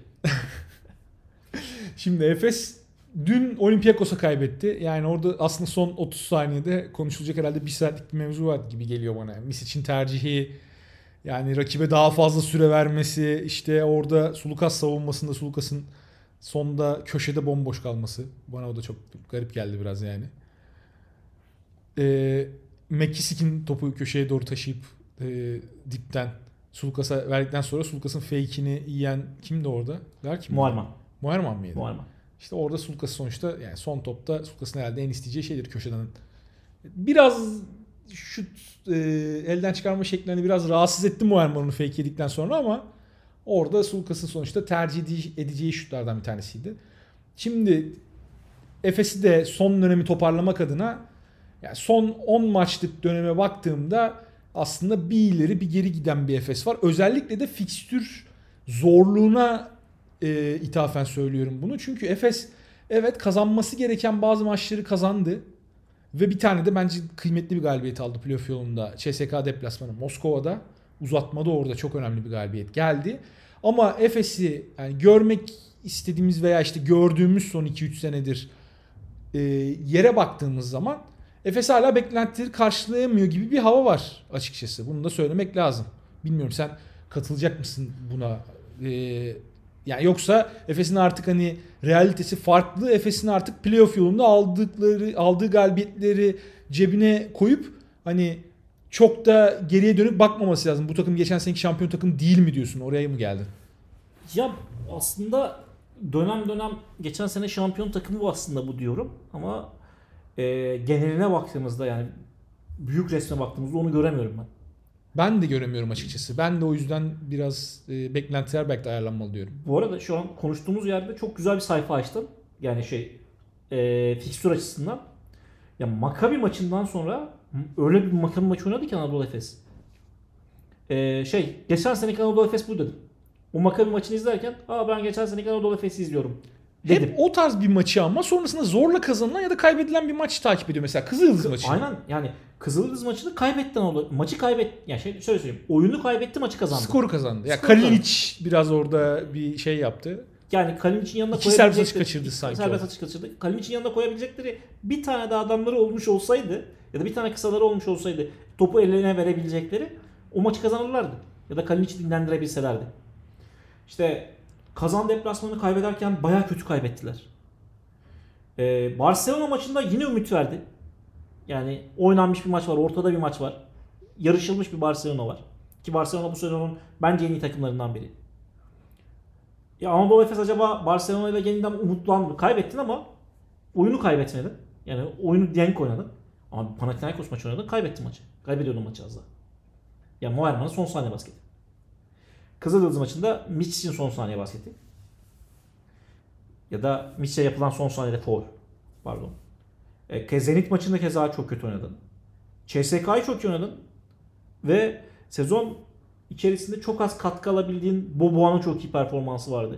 Speaker 1: Şimdi Efes dün Olympiakos'a kaybetti. Yani orada aslında son otuz saniyede konuşulacak herhalde bir saatlik bir mevzu var gibi geliyor bana. Misic'in tercihi, yani rakibe daha fazla süre vermesi, işte orada Sulukas savunmasında Sulukas'ın sonda köşede bomboş kalması. Bana o da çok garip geldi biraz yani. Ee, McKissick'in topu köşeye doğru taşıyıp e, dipten Sulukas'a verdikten sonra Sulukas'ın fake'ini yiyen kimdi orada? Der kim?
Speaker 2: Muharman.
Speaker 1: Muharman mıydı?
Speaker 2: Muharman.
Speaker 1: İşte orada Sulukas sonuçta yani son topta Sulukas'ın herhalde en isteyeceği şeydir köşeden. Biraz şut e, elden çıkarma şeklini biraz rahatsız etti Muharman onu fake yedikten sonra ama orada Sulukas'ın sonuçta tercih edeceği şutlardan bir tanesiydi. Şimdi Efes'i de son dönemi toparlamak adına yani son on maçlık döneme baktığımda aslında bir ileri bir geri giden bir Efes var. Özellikle de fikstür zorluğuna e, ithafen söylüyorum bunu. Çünkü Efes evet kazanması gereken bazı maçları kazandı. Ve bir tane de bence kıymetli bir galibiyet aldı playoff yolunda. C S K deplasmanı Moskova'da. Uzatmada orada çok önemli bir galibiyet geldi. Ama Efes'i yani görmek istediğimiz veya işte gördüğümüz son iki üç senedir e, yere baktığımız zaman Efes hala beklentileri karşılayamıyor gibi bir hava var açıkçası. Bunu da söylemek lazım. Bilmiyorum, sen katılacak mısın buna? Ee, yani yoksa Efes'in artık hani realitesi farklı. Efes'in artık playoff yolunda aldıkları aldığı galibiyetleri cebine koyup hani çok da geriye dönüp bakmaması lazım. Bu takım geçen seneki şampiyon takım değil mi diyorsun? Oraya mı geldin?
Speaker 2: Ya aslında dönem dönem geçen sene şampiyon takımı bu aslında bu diyorum. Ama e, geneline baktığımızda yani büyük resme baktığımızda onu göremiyorum ben.
Speaker 1: Ben de göremiyorum açıkçası. Ben de o yüzden biraz e, beklentiler belki de ayarlanmalı diyorum.
Speaker 2: Bu arada şu an konuştuğumuz yerde çok güzel bir sayfa açtım. Yani şey e, fikstür açısından. Ya Maccabi maçından sonra öyle bir Maccabi maçı oynadı ki Anadolu Efes. Ee, şey geçen seneki Anadolu Efes bu dedim. O Maccabi maçını izlerken aa ben geçen seneki Anadolu Efes'i izliyorum dedim.
Speaker 1: Hep o tarz bir maçı ama sonrasında zorla kazanılan ya da kaybedilen bir maç takip ediyor mesela. Kızılyıldız maçı.
Speaker 2: Aynen yani Kızıldız maçını kaybetti Anadolu. Maçı kaybet yani şey şöyle söyleyeyim. Oyunu kaybetti, maçı kazandı.
Speaker 1: Skoru kazandı. Ya
Speaker 2: Skor
Speaker 1: Kalinic biraz orada bir şey yaptı.
Speaker 2: Yani Kalinic'in yanına
Speaker 1: İki serbest atış
Speaker 2: koyabilecekleri-
Speaker 1: kaçırdı sanki
Speaker 2: Serbest
Speaker 1: o.
Speaker 2: atış kaçırdı. Kalinic'in yanına koyabilecekleri bir tane daha adamları olmuş olsaydı ya da bir tane kısaları olmuş olsaydı topu eline verebilecekleri o maçı kazanırlardı. Ya da Kalinic'i dinlendirebilselerdi. İşte Kazan deplasmanını kaybederken baya kötü kaybettiler. Ee, Barcelona maçında yine ümit verdi. Yani oynanmış bir maç var, ortada bir maç var. Yarışılmış bir Barcelona var. Ki Barcelona bu sezonun bence en iyi takımlarından biri. Ya Anadolu Efes acaba Barcelona ile yeniden umutlandı. Kaybettin ama oyunu kaybetmedin. Yani oyunu denk oynadın. Ama Panathinaikos maçı oynadın, kaybettin maçı. Kaybediyordun maçı az daha. Ya Moerman'ın son saniye basketi. Kızıldız maçında Mitch'in son saniye basketi. Ya da Mitch'e yapılan son saniyede foul. Pardon. E, Zenit maçında keza çok kötü oynadın. C S K'yı çok iyi oynadın. Ve sezon içerisinde çok az katkı alabildiğin Boboğan'ın çok iyi performansı vardı.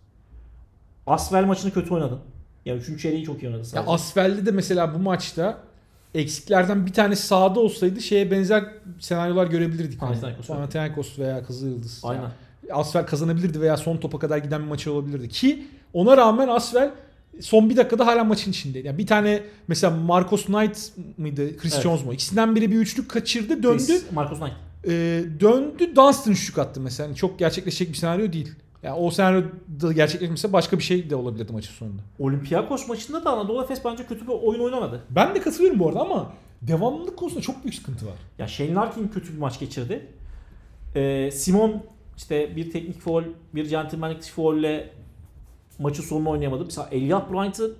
Speaker 2: Asvel maçını kötü oynadın. Yani üçüncü çeyreği çok iyi oynadın
Speaker 1: Ya
Speaker 2: sadece.
Speaker 1: Asfel'de de mesela bu maçta eksiklerden bir tanesi sahada olsaydı şeye benzer senaryolar görebilirdik.
Speaker 2: Panathinaikos.
Speaker 1: Panathinaikos veya Kızılyıldız.
Speaker 2: Aynen.
Speaker 1: Yani Asvel kazanabilirdi veya son topa kadar giden bir maçı olabilirdi. Ki ona rağmen Asvel son bir dakikada hala maçın içindeydi. Yani bir tane mesela Marcos Knight mıydı? Chris
Speaker 2: Evet.
Speaker 1: Jones mu? İkisinden biri bir üçlük kaçırdı, döndü.
Speaker 2: Chris, Marcus Knight.
Speaker 1: E, döndü Dunstan üçlük attı mesela. Yani çok gerçekleşecek bir senaryo değil. Yani o senaryoda gerçekleşmese başka bir şey de olabilirdi maçın sonunda.
Speaker 2: Olympiakos maçında da Anadolu Efes bence kötü bir oyun oynamadı.
Speaker 1: Ben de katılıyorum bu arada ama devamlılık konusunda çok büyük sıkıntı var.
Speaker 2: Ya Shane Larkin kötü bir maç geçirdi. Ee, Simon işte bir teknik foul, bir centilmenlik foul ile maçın sonunu oynayamadı. Mesela Elliot Bryant'ı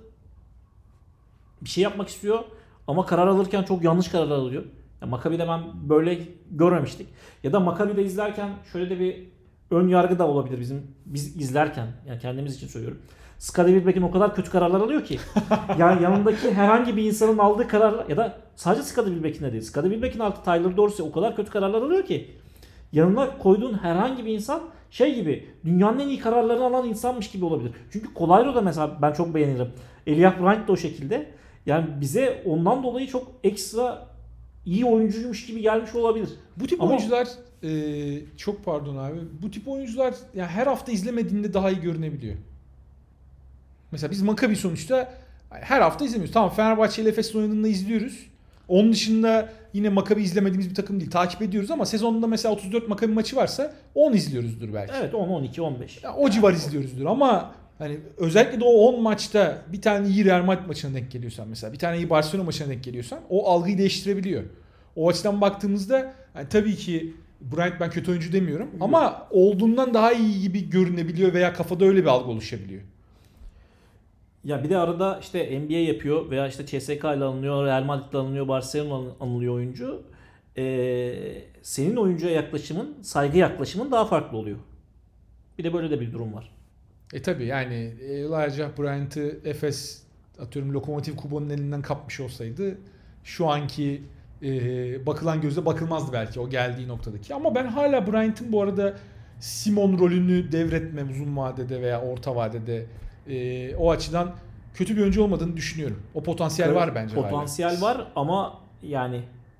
Speaker 2: bir şey yapmak istiyor ama karar alırken çok yanlış kararlar alıyor. Ya Maccabi'de ben böyle görmemiştik. Ya da Maccabi'de izlerken şöyle de bir ön yargı da olabilir bizim biz izlerken. Yani kendimiz için söylüyorum. Scottie Wilbeck'in o kadar kötü kararlar alıyor ki. Yani yanındaki herhangi bir insanın aldığı kararlar ya da sadece Scottie Wilbeck'in de değil. Scottie Wilbeck'in altı Tyler Dorsey o kadar kötü kararlar alıyor ki. Yanına koyduğun herhangi bir insan şey gibi dünyanın en iyi kararlarını alan insanmış gibi olabilir. Çünkü Kolairo da mesela ben çok beğenirim. Elliot Bryant da o şekilde. Yani bize ondan dolayı çok ekstra iyi oyuncuymuş gibi gelmiş olabilir.
Speaker 1: Bu tip
Speaker 2: Ama-
Speaker 1: oyuncular e, çok pardon abi. Bu tip oyuncular yani her hafta izlemediğinde daha iyi görünebiliyor. Mesela biz Maccabi sonuçta her hafta izlemiyoruz. Tamam Fenerbahçe ile Efes'in oynadığında izliyoruz. Onun dışında yine Maccabi izlemediğimiz bir takım değil. Takip ediyoruz ama sezonunda mesela otuz dört Maccabi maçı varsa on izliyoruzdur belki.
Speaker 2: Evet on, on iki, on beş.
Speaker 1: Ya o civar izliyoruzdur ama hani özellikle de o on maçta bir tane iyi Real Madrid maçına denk geliyorsan mesela bir tane iyi Barcelona maçına denk geliyorsan o algıyı değiştirebiliyor. O açıdan baktığımızda yani tabii ki Bryant ben kötü oyuncu demiyorum ama olduğundan daha iyi gibi görünebiliyor veya kafada öyle bir algı oluşabiliyor.
Speaker 2: Ya bir de arada işte N B A yapıyor veya işte C S K ile alınıyor, Real Madrid ile alınıyor, Barcelona anılıyor oyuncu. Ee, senin oyuncuya yaklaşımın, saygı yaklaşımın daha farklı oluyor. Bir de böyle de bir durum var.
Speaker 1: E tabii yani Elijah Bryant'ı Efes atıyorum Lokomotiv Kubo'nun elinden kapmış olsaydı şu anki e, bakılan gözle bakılmazdı belki o geldiği noktadaki. Ama ben hala Bryant'ın bu arada Simon rolünü devretmem uzun vadede veya orta vadede e, o açıdan kötü bir oyuncu olmadığını düşünüyorum. O potansiyel
Speaker 2: Evet,
Speaker 1: var bence
Speaker 2: Potansiyel
Speaker 1: hala.
Speaker 2: var ama yani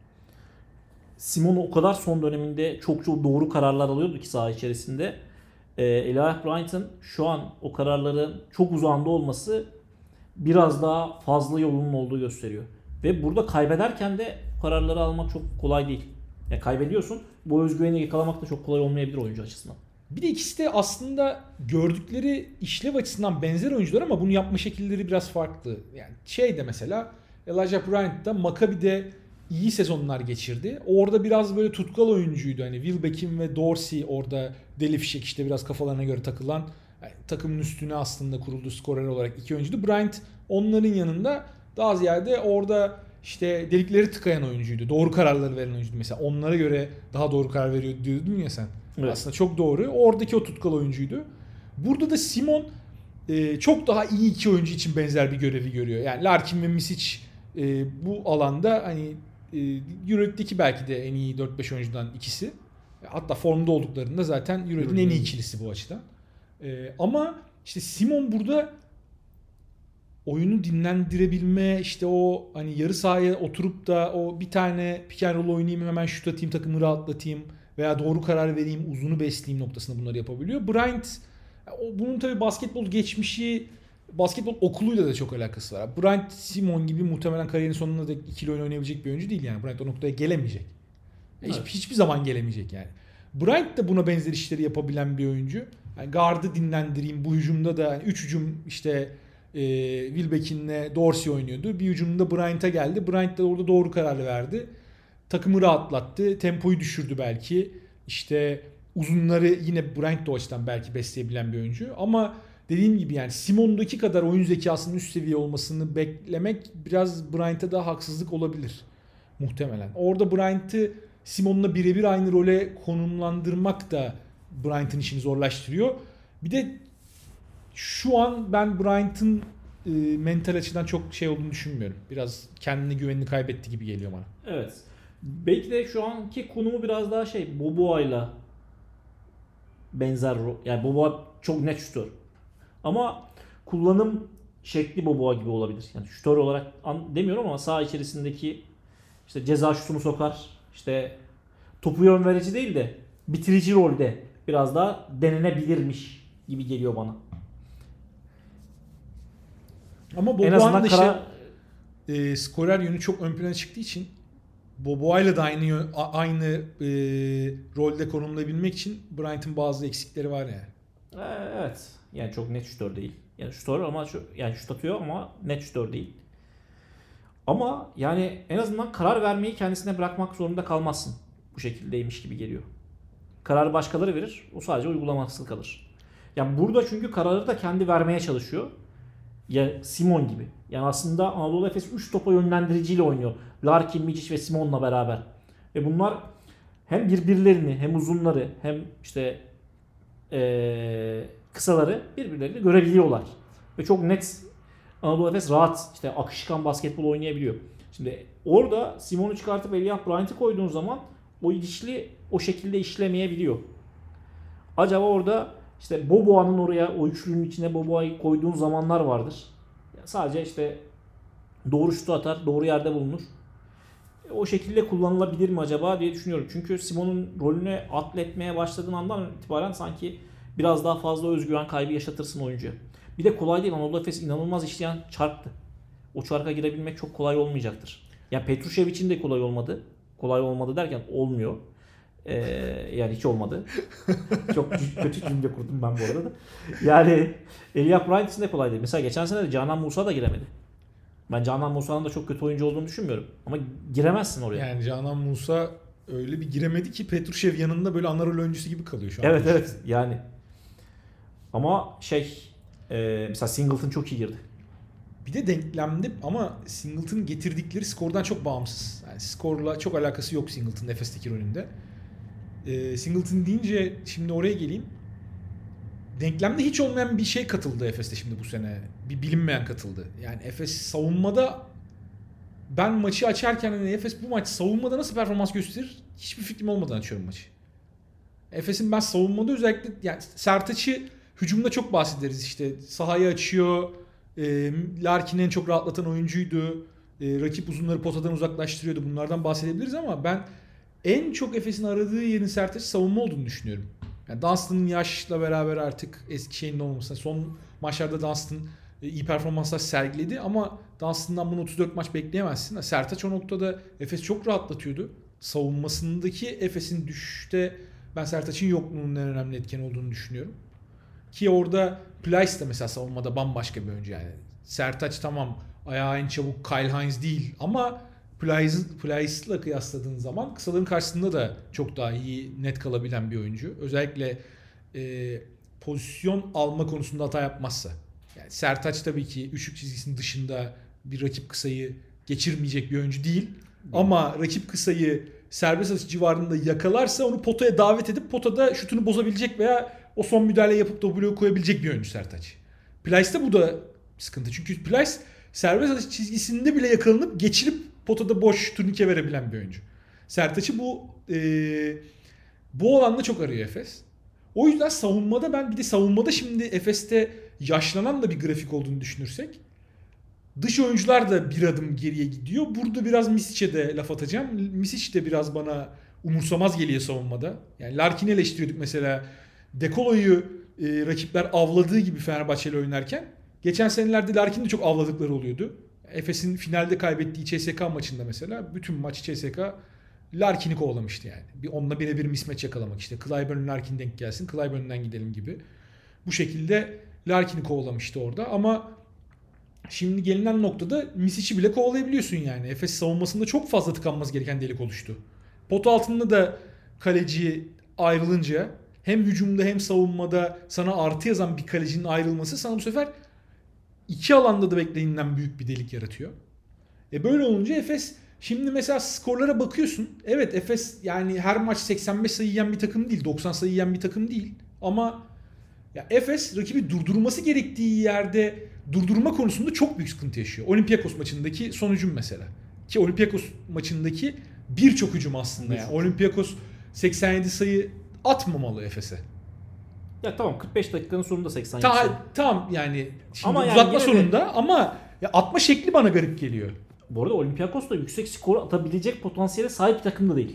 Speaker 2: Simon o kadar son döneminde çok çok doğru kararlar alıyordu ki saha içerisinde. Ee, Elijah Bryant'ın şu an o kararların çok uzağında olması biraz daha fazla yolunun olduğu gösteriyor. Ve burada kaybederken de kararları almak çok kolay değil. Ya kaybediyorsun. Bu özgüveni yakalamak da çok kolay olmayabilir oyuncu açısından.
Speaker 1: Bir de ikisi de aslında gördükleri işlev açısından benzer oyuncular ama bunu yapma şekilleri biraz farklı. Yani şey de mesela Elijah Bryant da Maccabi'de iyi sezonlar geçirdi. Orada biraz böyle tutkal oyuncuydu. Hani Wilbekin ve Dorsey orada deli fişek işte biraz kafalarına göre takılan yani takımın üstüne aslında kuruldu skorer olarak iki oyuncuydu. Bryant onların yanında daha ziyade orada işte delikleri tıkayan oyuncuydu. Doğru kararları veren oyuncuydu. Mesela onlara göre daha doğru karar veriyor diyordun ya sen.
Speaker 2: Evet.
Speaker 1: Aslında çok doğru. Oradaki o tutkal oyuncuydu. Burada da Simon e, çok daha iyi iki oyuncu için benzer bir görevi görüyor. Yani Larkin ve Misic e, bu alanda hani e, Euroleague'deki belki de en iyi dört beş oyuncudan ikisi. Hatta formda olduklarında zaten Euroleague'in en iyi ikilisi bu açıdan. Ee, ama işte Simon burada oyunu dinlendirebilme, işte o hani yarı sahaya oturup da o bir tane pick and roll oynayayım, hemen şut atayım, takımı rahatlatayım veya doğru karar vereyim, uzunu besleyeyim noktasında bunları yapabiliyor. Bryant, bunun tabii basketbol geçmişi, basketbol okuluyla da çok alakası var. Bryant, Simon gibi muhtemelen kariyerin sonunda da ikili oyun oynayabilecek bir oyuncu değil yani. Bryant o noktaya gelemeyecek. Evet. Hiç, hiçbir zaman gelemeyecek yani. Bryant da buna benzer işleri yapabilen bir oyuncu. Yani guard'ı dinlendireyim, bu hücumda da yani üç hücum işte e, Wilbeck'inle Dorsey oynuyordu. Bir hücumda Bryant'a geldi. Bryant da orada doğru kararı verdi. Takımı rahatlattı. Tempoyu düşürdü belki. İşte uzunları yine Bryant da o açıdan belki besleyebilen bir oyuncu. Ama dediğim gibi yani Simon'daki kadar oyun zekasının üst seviye olmasını beklemek biraz Bryant'a da haksızlık olabilir. Muhtemelen. Orada Bryant'ı Simon'la birebir aynı role konumlandırmak da Bryant'ın işini zorlaştırıyor. Bir de şu an ben Bryant'ın e, mental açıdan çok şey olduğunu düşünmüyorum. Biraz kendine güvenini kaybetti gibi geliyor bana.
Speaker 2: Evet. Belki de şu anki konumu biraz daha şey Boboa'yla benzer. Yani Boboa çok net şutör. Ama kullanım şekli Boboa gibi olabilir. Yani şutör olarak an, demiyorum ama saha içerisindeki işte ceza şutunu sokar. İşte topu yön verici değil de bitirici rolde biraz daha denenebilirmiş gibi geliyor bana.
Speaker 1: Ama Boboa'nın işte kara... e, skorer yönü çok ön plana çıktığı için Boboa'yla da aynı yön, aynı e, rolde konumlayabilmek için Bryant'ın bazı eksikleri var yani.
Speaker 2: Evet. Yani çok net şutör değil. Yani şutör ama şu, yani şut atıyor ama net şutör değil. Ama yani en azından karar vermeyi kendisine bırakmak zorunda kalmazsın. Bu şekildeymiş gibi geliyor. Kararı başkaları verir. O sadece uygulaması kalır. Yani burada çünkü kararı da kendi vermeye çalışıyor. Ya Simon gibi. Yani aslında Anadolu Efes üç topa yönlendiriciyle oynuyor. Larkin, Micic ve Simon'la beraber. Ve bunlar hem birbirlerini hem uzunları hem işte ee, kısaları birbirlerini görebiliyorlar. Ve çok net Anadolu Efes rahat işte akışkan basketbol oynayabiliyor. Şimdi orada Simon'u çıkartıp Elijah Bryant'ı koyduğun zaman o ilişki o şekilde işlemeyebiliyor. Acaba orada işte Boboa'nın oraya o üçlünün içine Boboa'yı koyduğun zamanlar vardır. Yani sadece işte doğru şutu atar, doğru yerde bulunur. O şekilde kullanılabilir mi acaba diye düşünüyorum. Çünkü Simon'un rolünü atletmeye başladığın andan itibaren sanki biraz daha fazla özgüven kaybı yaşatırsın oyuncuya. Bir de kolay değil. Anadolu Efes inanılmaz işleyen çarktı. O çarka girebilmek çok kolay olmayacaktır. Yani Petruševic'in de kolay olmadı. Kolay olmadı derken olmuyor. Ee, yani hiç olmadı. Çok kötü cümle kurdum ben bu arada da. Yani Elijah Bryant için de kolay değil. Mesela geçen sene de Canan Musa da giremedi. Ben Canan Musa'nın da çok kötü oyuncu olduğunu düşünmüyorum. Ama giremezsin oraya.
Speaker 1: Yani Canan Musa öyle bir giremedi ki Petrušev yanında böyle ana rol oyuncusu gibi kalıyor şu an.
Speaker 2: Evet evet yani. Ama şey e, mesela Singleton çok iyi girdi.
Speaker 1: Bir de denklemde ama Singleton'ın getirdikleri skordan çok bağımsız. Yani skorla çok alakası yok Singleton'ın Efes'teki rolünde. Ee, Singleton deyince şimdi oraya geleyim. Denklemde hiç olmayan bir şey katıldı Efes'te şimdi bu sene. Bir bilinmeyen katıldı. Yani Efes savunmada ben maçı açarken hani Efes bu maç savunmada nasıl performans gösterir hiçbir fikrim olmadan açıyorum maçı. Efes'in ben savunmada özellikle yani Sertaç'ı hücumda çok bahsederiz işte. Sahayı açıyor. E, Larkin'i en çok rahatlatan oyuncuydu. E, rakip uzunları potadan uzaklaştırıyordu. Bunlardan bahsedebiliriz ama ben en çok Efes'in aradığı yerin Sertaç'ı savunma olduğunu düşünüyorum. Yani Dunstan'ın yaşla beraber artık eski şeyinin olmasına son maçlarda Dunstan iyi performanslar sergiledi ama Dunstan'dan bunu otuz dört maç bekleyemezsin. Sertaç o noktada Efes çok rahatlatıyordu. Savunmasındaki Efes'in düşüşte ben Sertaç'ın yokluğunun en önemli etken olduğunu düşünüyorum. Ki orada Plyce de mesela savunmada bambaşka bir oyuncu yani. Sertaç tamam ayağı en çabuk Kyle Hines değil ama Plyce'la kıyasladığın zaman kısaların karşısında da çok daha iyi net kalabilen bir oyuncu. Özellikle e, pozisyon alma konusunda hata yapmazsa. Yani Sertaç tabii ki üçlük çizgisinin dışında bir rakip kısayı geçirmeyecek bir oyuncu değil. Hmm. Ama rakip kısayı serbest atış civarında yakalarsa onu potaya davet edip potada şutunu bozabilecek veya o son müdahale yapıp da bloğu koyabilecek bir oyuncu Sertaç. Plyce'da bu da sıkıntı. Çünkü Plyce serbest atış çizgisinde bile yakalanıp geçirip potada boş turnike verebilen bir oyuncu. Sertaç'ı bu e, Bu alanda çok arıyor Efes. O yüzden savunmada ben bir de savunmada şimdi Efes'te yaşlanan da bir grafik olduğunu düşünürsek dış oyuncular da bir adım geriye gidiyor. Burada biraz Misic'e de laf atacağım. Misic de biraz bana umursamaz geliyor savunmada. Yani Larkin'i eleştiriyorduk mesela. De Colo'yu e, rakipler avladığı gibi Fenerbahçe'yle oynarken. Geçen senelerde Larkin'i de çok avladıkları oluyordu. Efes'in finalde kaybettiği C S K maçında mesela bütün maç C S K Larkin'i kovalamıştı yani. Bir onunla birebir mismatch yakalamak işte. Clyburn Larkin denk gelsin. Clyburn'dan gidelim gibi. Bu şekilde Larkin'i kovalamıştı orada ama şimdi gelinen noktada Misic'i bile kovalayabiliyorsun yani. Efes savunmasında çok fazla tıkanması gereken delik oluştu. Pot altında da kaleci ayrılınca hem hücumda hem savunmada sana artı yazan bir kalecinin ayrılması sana bu sefer iki alanda da beklenilen büyük bir delik yaratıyor. E böyle olunca Efes şimdi mesela skorlara bakıyorsun. Evet Efes yani her maç seksen beş sayı yiyen bir takım değil. doksan sayı yiyen bir takım değil. Ama ya Efes rakibi durdurması gerektiği yerde durdurma konusunda çok büyük sıkıntı yaşıyor. Olympiakos maçındaki son hücum mesela. Ki Olympiakos maçındaki birçok hücum aslında yani. Olympiakos seksen yedi sayı atmamalı Efes'e.
Speaker 2: Ya tamam kırk beş dakikanın sonunda seksen yedi sayı.
Speaker 1: Ta, tamam yani şimdi
Speaker 2: ama
Speaker 1: uzatma
Speaker 2: yani
Speaker 1: sonunda
Speaker 2: de...
Speaker 1: ama ya atma şekli bana garip geliyor.
Speaker 2: Bu arada Olympiakos da yüksek skor atabilecek potansiyele sahip bir takım da değil.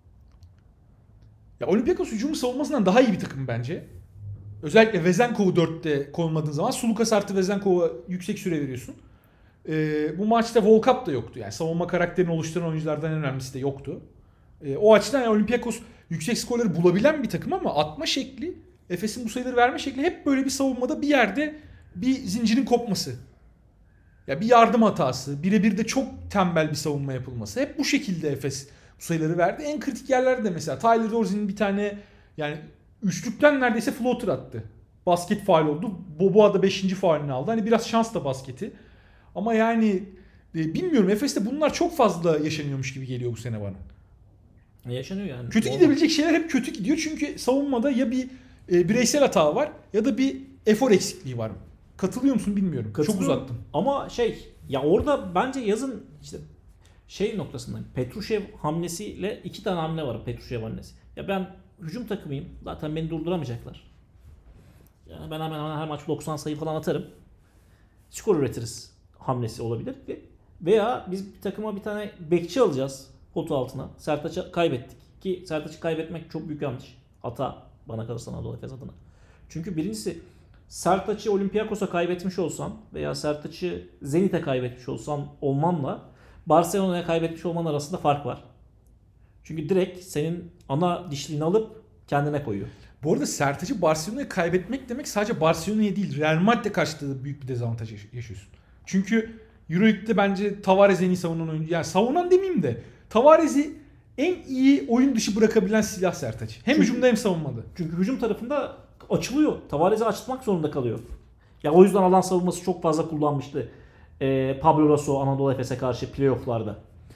Speaker 1: Ya Olympiakos hücumu savunmasından daha iyi bir takım bence. Özellikle Vezenkov'u dörtte konmadığın zaman Sulukas artı Vezenkov'a yüksek süre veriyorsun. Ee, bu maçta Volkap da yoktu. Yani savunma karakterini oluşturan oyunculardan en önemlisi de yoktu. Ee, o açıdan yani Olympiakos yüksek skorları bulabilen bir takım ama atma şekli, Efes'in bu sayıları verme şekli hep böyle bir savunmada bir yerde bir zincirin kopması. Ya bir yardım hatası, birebir de çok tembel bir savunma yapılması. Hep bu şekilde Efes bu sayıları verdi. En kritik yerlerde mesela Tyler Dorsey'nin bir tane yani üçlükten neredeyse floater attı. Basket faul oldu. Boboa da beşinci faulünü aldı. Hani biraz şans da basketi. Ama yani e, bilmiyorum Efes'te bunlar çok fazla yaşanıyormuş gibi geliyor bu sene bana.
Speaker 2: Yaşanıyor yani.
Speaker 1: Kötü
Speaker 2: Olmaz.
Speaker 1: gidebilecek şeyler hep kötü gidiyor. Çünkü savunmada ya bir e, bireysel hata var ya da bir efor eksikliği var. Katılıyor musun bilmiyorum. Çok uzattım.
Speaker 2: Ama şey ya orada bence yazın işte şey noktasında Petrushev hamlesiyle iki tane hamle var Petrushev hamlesi. Ya ben hücum takımıyım. Zaten beni durduramayacaklar. Yani ben hemen hemen her maç doksan sayı falan atarım. Skor üretiriz hamlesi olabilir. Veya biz bir takıma bir tane bekçi alacağız potu altına. Sertaç'ı kaybettik. Ki Sertaç'ı kaybetmek çok büyük yanlış. Hata bana kalırsa Anadolu Efes adına. Çünkü birincisi Sertaç'ı Olympiakos'a kaybetmiş olsan veya Sertaç'ı Zenit'e kaybetmiş olsan olmanla Barcelona'ya kaybetmiş olman arasında fark var. Çünkü direkt senin ana dişliğini alıp kendine koyuyor.
Speaker 1: Bu arada Sertaç'ı Barcelona'ya kaybetmek demek sadece Barcelona'ya değil Real Madrid'de karşıda büyük bir dezavantaj yaşıyorsun. Çünkü Euroleague'de bence Tavares en iyi savunan oyuncu. Yani savunan demeyeyim de Tavares'i en iyi oyun dışı bırakabilen silah Sertaç. Hem
Speaker 2: Çünkü,
Speaker 1: hücumda hem savunmada.
Speaker 2: Çünkü hücum tarafında açılıyor. Tavares'i açmak zorunda kalıyor. Ya o yüzden alan savunması çok fazla kullanmıştı. Ee, Pablo Lasso Anadolu Efes'e karşı playoff'larda.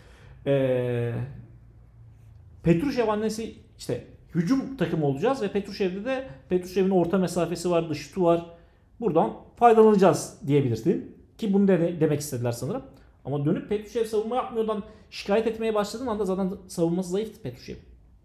Speaker 2: Ee, Petrushev annesi işte hücum takımı olacağız ve Petrushev'de de Petrushev'in orta mesafesi var, dış şutu var. Buradan faydalanacağız diyebilirsin. Ki bunu de demek istediler sanırım. Ama dönüp Petrushev savunma yapmıyordan şikayet etmeye başladığın anda zaten savunması zayıftı Petrushev.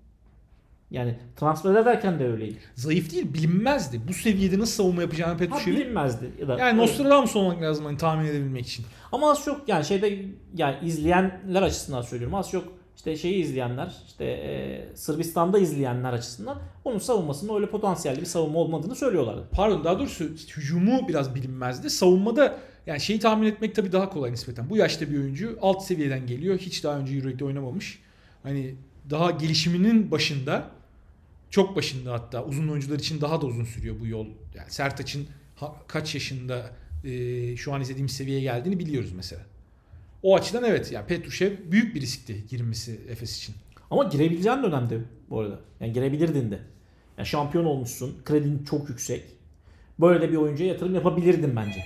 Speaker 2: Yani transfer ederken de öyleydi.
Speaker 1: Zayıf değil, bilinmezdi. Bu seviyede nasıl savunma yapacağını Petrushev'in.
Speaker 2: bilinmezdi. Ya da
Speaker 1: yani Nostradamus olmak lazım hani tahmin edebilmek için.
Speaker 2: Ama az çok yani şeyde yani izleyenler açısından söylüyorum. Az çok işte şeyi izleyenler, işte e, Sırbistan'da izleyenler açısından onun savunmasının öyle potansiyelli bir savunma olmadığını söylüyorlardı.
Speaker 1: Pardon daha doğrusu hücumu biraz bilinmezdi. Savunmada yani şeyi tahmin etmek tabii daha kolay nispeten. Bu yaşta bir oyuncu alt seviyeden geliyor. Hiç daha önce Euroleague'de oynamamış. Hani daha gelişiminin başında, çok başında hatta uzun oyuncular için daha da uzun sürüyor bu yol. Yani Sertaç'ın ha, kaç yaşında e, şu an izlediğimiz seviyeye geldiğini biliyoruz mesela. O açıdan evet yani Petrushev büyük bir riskti girmesi Efes için.
Speaker 2: Ama girebileceğin dönemde bu arada. Yani girebilirdin de. Yani şampiyon olmuşsun. Kredin çok yüksek. Böyle de bir oyuncuya yatırım yapabilirdin bence.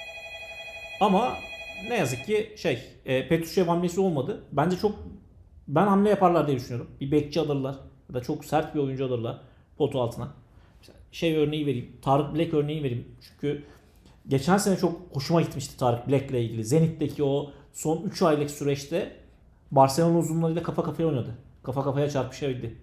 Speaker 2: Ama ne yazık ki şey e, Petrushev hamlesi olmadı. Bence çok ben hamle yaparlar diye düşünüyorum. Bir bekçi alırlar. Ya da çok sert bir oyuncu alırlar potu altına. Şey örneği vereyim. Tarık Black örneği vereyim. Çünkü geçen sene çok hoşuma gitmişti Tarık Black'le ilgili. Zenit'teki o son üç aylık süreçte Barcelona uzunlarıyla kafa kafaya oynadı. Kafa kafaya çarpışabildi.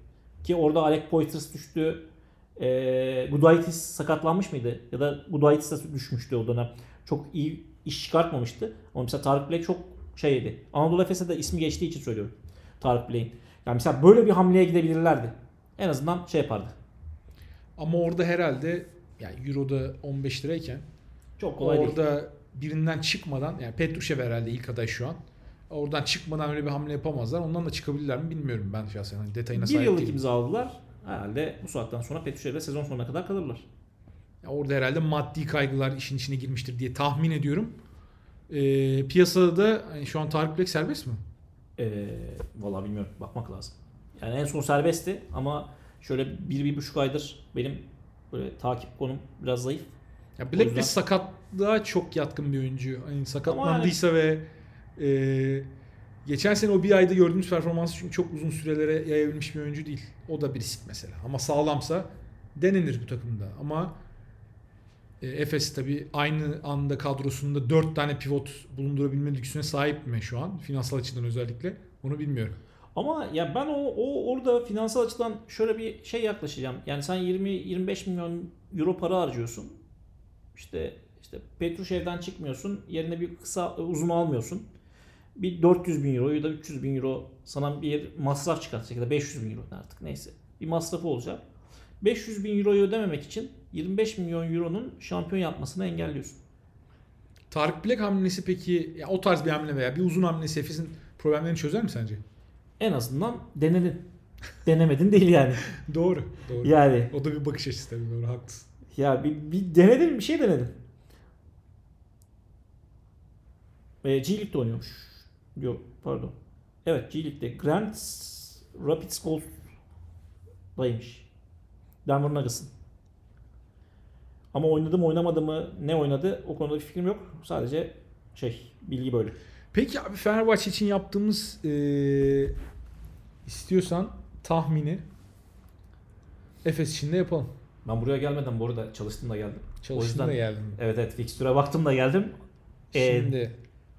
Speaker 2: Ki orada Alec Poitras düştü. E, Gudaitis sakatlanmış mıydı? Ya da Gudaitis de düşmüştü o dönem. Çok iyi iş çıkartmamıştı. Ama mesela Tarık Bilek çok şeydi. Anadolu Efes'e de ismi geçtiği için söylüyorum. Tarık Bilek'in. Yani mesela böyle bir hamleye gidebilirlerdi. En azından şey yapardı.
Speaker 1: Ama orada herhalde yani Euro'da on beş lirayken
Speaker 2: Çok kolay değil.
Speaker 1: orada birinden çıkmadan yani Petrushev herhalde ilk aday şu an. Oradan çıkmadan öyle bir hamle yapamazlar. Ondan da çıkabilirler mi bilmiyorum ben şahsen. Hani detayına
Speaker 2: Bir
Speaker 1: sahip
Speaker 2: yıllık
Speaker 1: değilim.
Speaker 2: imzaladılar. Herhalde bu saatten sonra Petrusev'le sezon sonuna kadar kalırlar.
Speaker 1: Ya orada herhalde maddi kaygılar işin içine girmiştir diye tahmin ediyorum. Ee, piyasada da hani şu an Tarık Bilek serbest mi?
Speaker 2: Ee, vallahi bilmiyorum. Bakmak lazım. Yani en son serbestti ama şöyle bir, bir buçuk aydır benim böyle takip konum biraz zayıf.
Speaker 1: Ya
Speaker 2: O
Speaker 1: Bilek
Speaker 2: yüzden-
Speaker 1: de sakatlığa çok yatkın bir oyuncu. Hani sakatlandıysa
Speaker 2: Ama
Speaker 1: ve e, geçen sene o bir ayda gördüğümüz performansı çünkü çok uzun sürelere yayabilmiş bir oyuncu değil. O da bir risk mesela. Ama sağlamsa denenir bu takımda. Ama e, Efes tabii aynı anda kadrosunda dört tane pivot bulundurabilme lüksüne sahip mi şu an? Finansal açıdan özellikle. Onu bilmiyorum.
Speaker 2: Ama ya ben o, o orada finansal açıdan şöyle bir şey yaklaşacağım. Yani sen yirmi yirmi beş milyon euro para harcıyorsun. İşte işte Petrushev'den çıkmıyorsun. Yerine bir kısa uzun almıyorsun. Bir dört yüz bin euro ya da üç yüz bin euro sana bir masraf çıkartacak ya da beş yüz bin euro artık neyse. Bir masrafı olacak. beş yüz bin euroyu ödememek için yirmi beş milyon euronun şampiyon yapmasını engelliyorsun.
Speaker 1: Tarık Bilek hamlesi peki ya o tarz bir hamle veya bir uzun hamlesi Efes'in problemlerini çözer mi sence?
Speaker 2: En azından denedin. Denemedin değil yani.
Speaker 1: Doğru. Doğru.
Speaker 2: Yani
Speaker 1: O da bir bakış açısı tabii doğru haklısın.
Speaker 2: ya bir, bir denedin bir şey denedin. E, G League'de oynuyormuş. Yok pardon. Evet G League'de. Grand Rapids Gold'daymış. Denver Nuggets'ın. Ama oynadı mı oynamadı mı ne oynadı o konuda bir fikrim yok. Sadece şey bilgi böyle.
Speaker 1: Peki abi Fenerbahçe için yaptığımız eee, istiyorsan tahmini Efes için de yapalım.
Speaker 2: Ben buraya gelmeden bu arada çalıştım da geldim.
Speaker 1: Çalıştın
Speaker 2: yüzden-
Speaker 1: da geldin.
Speaker 2: Evet evet fikstüre baktım da geldim. Ee,
Speaker 1: Şimdi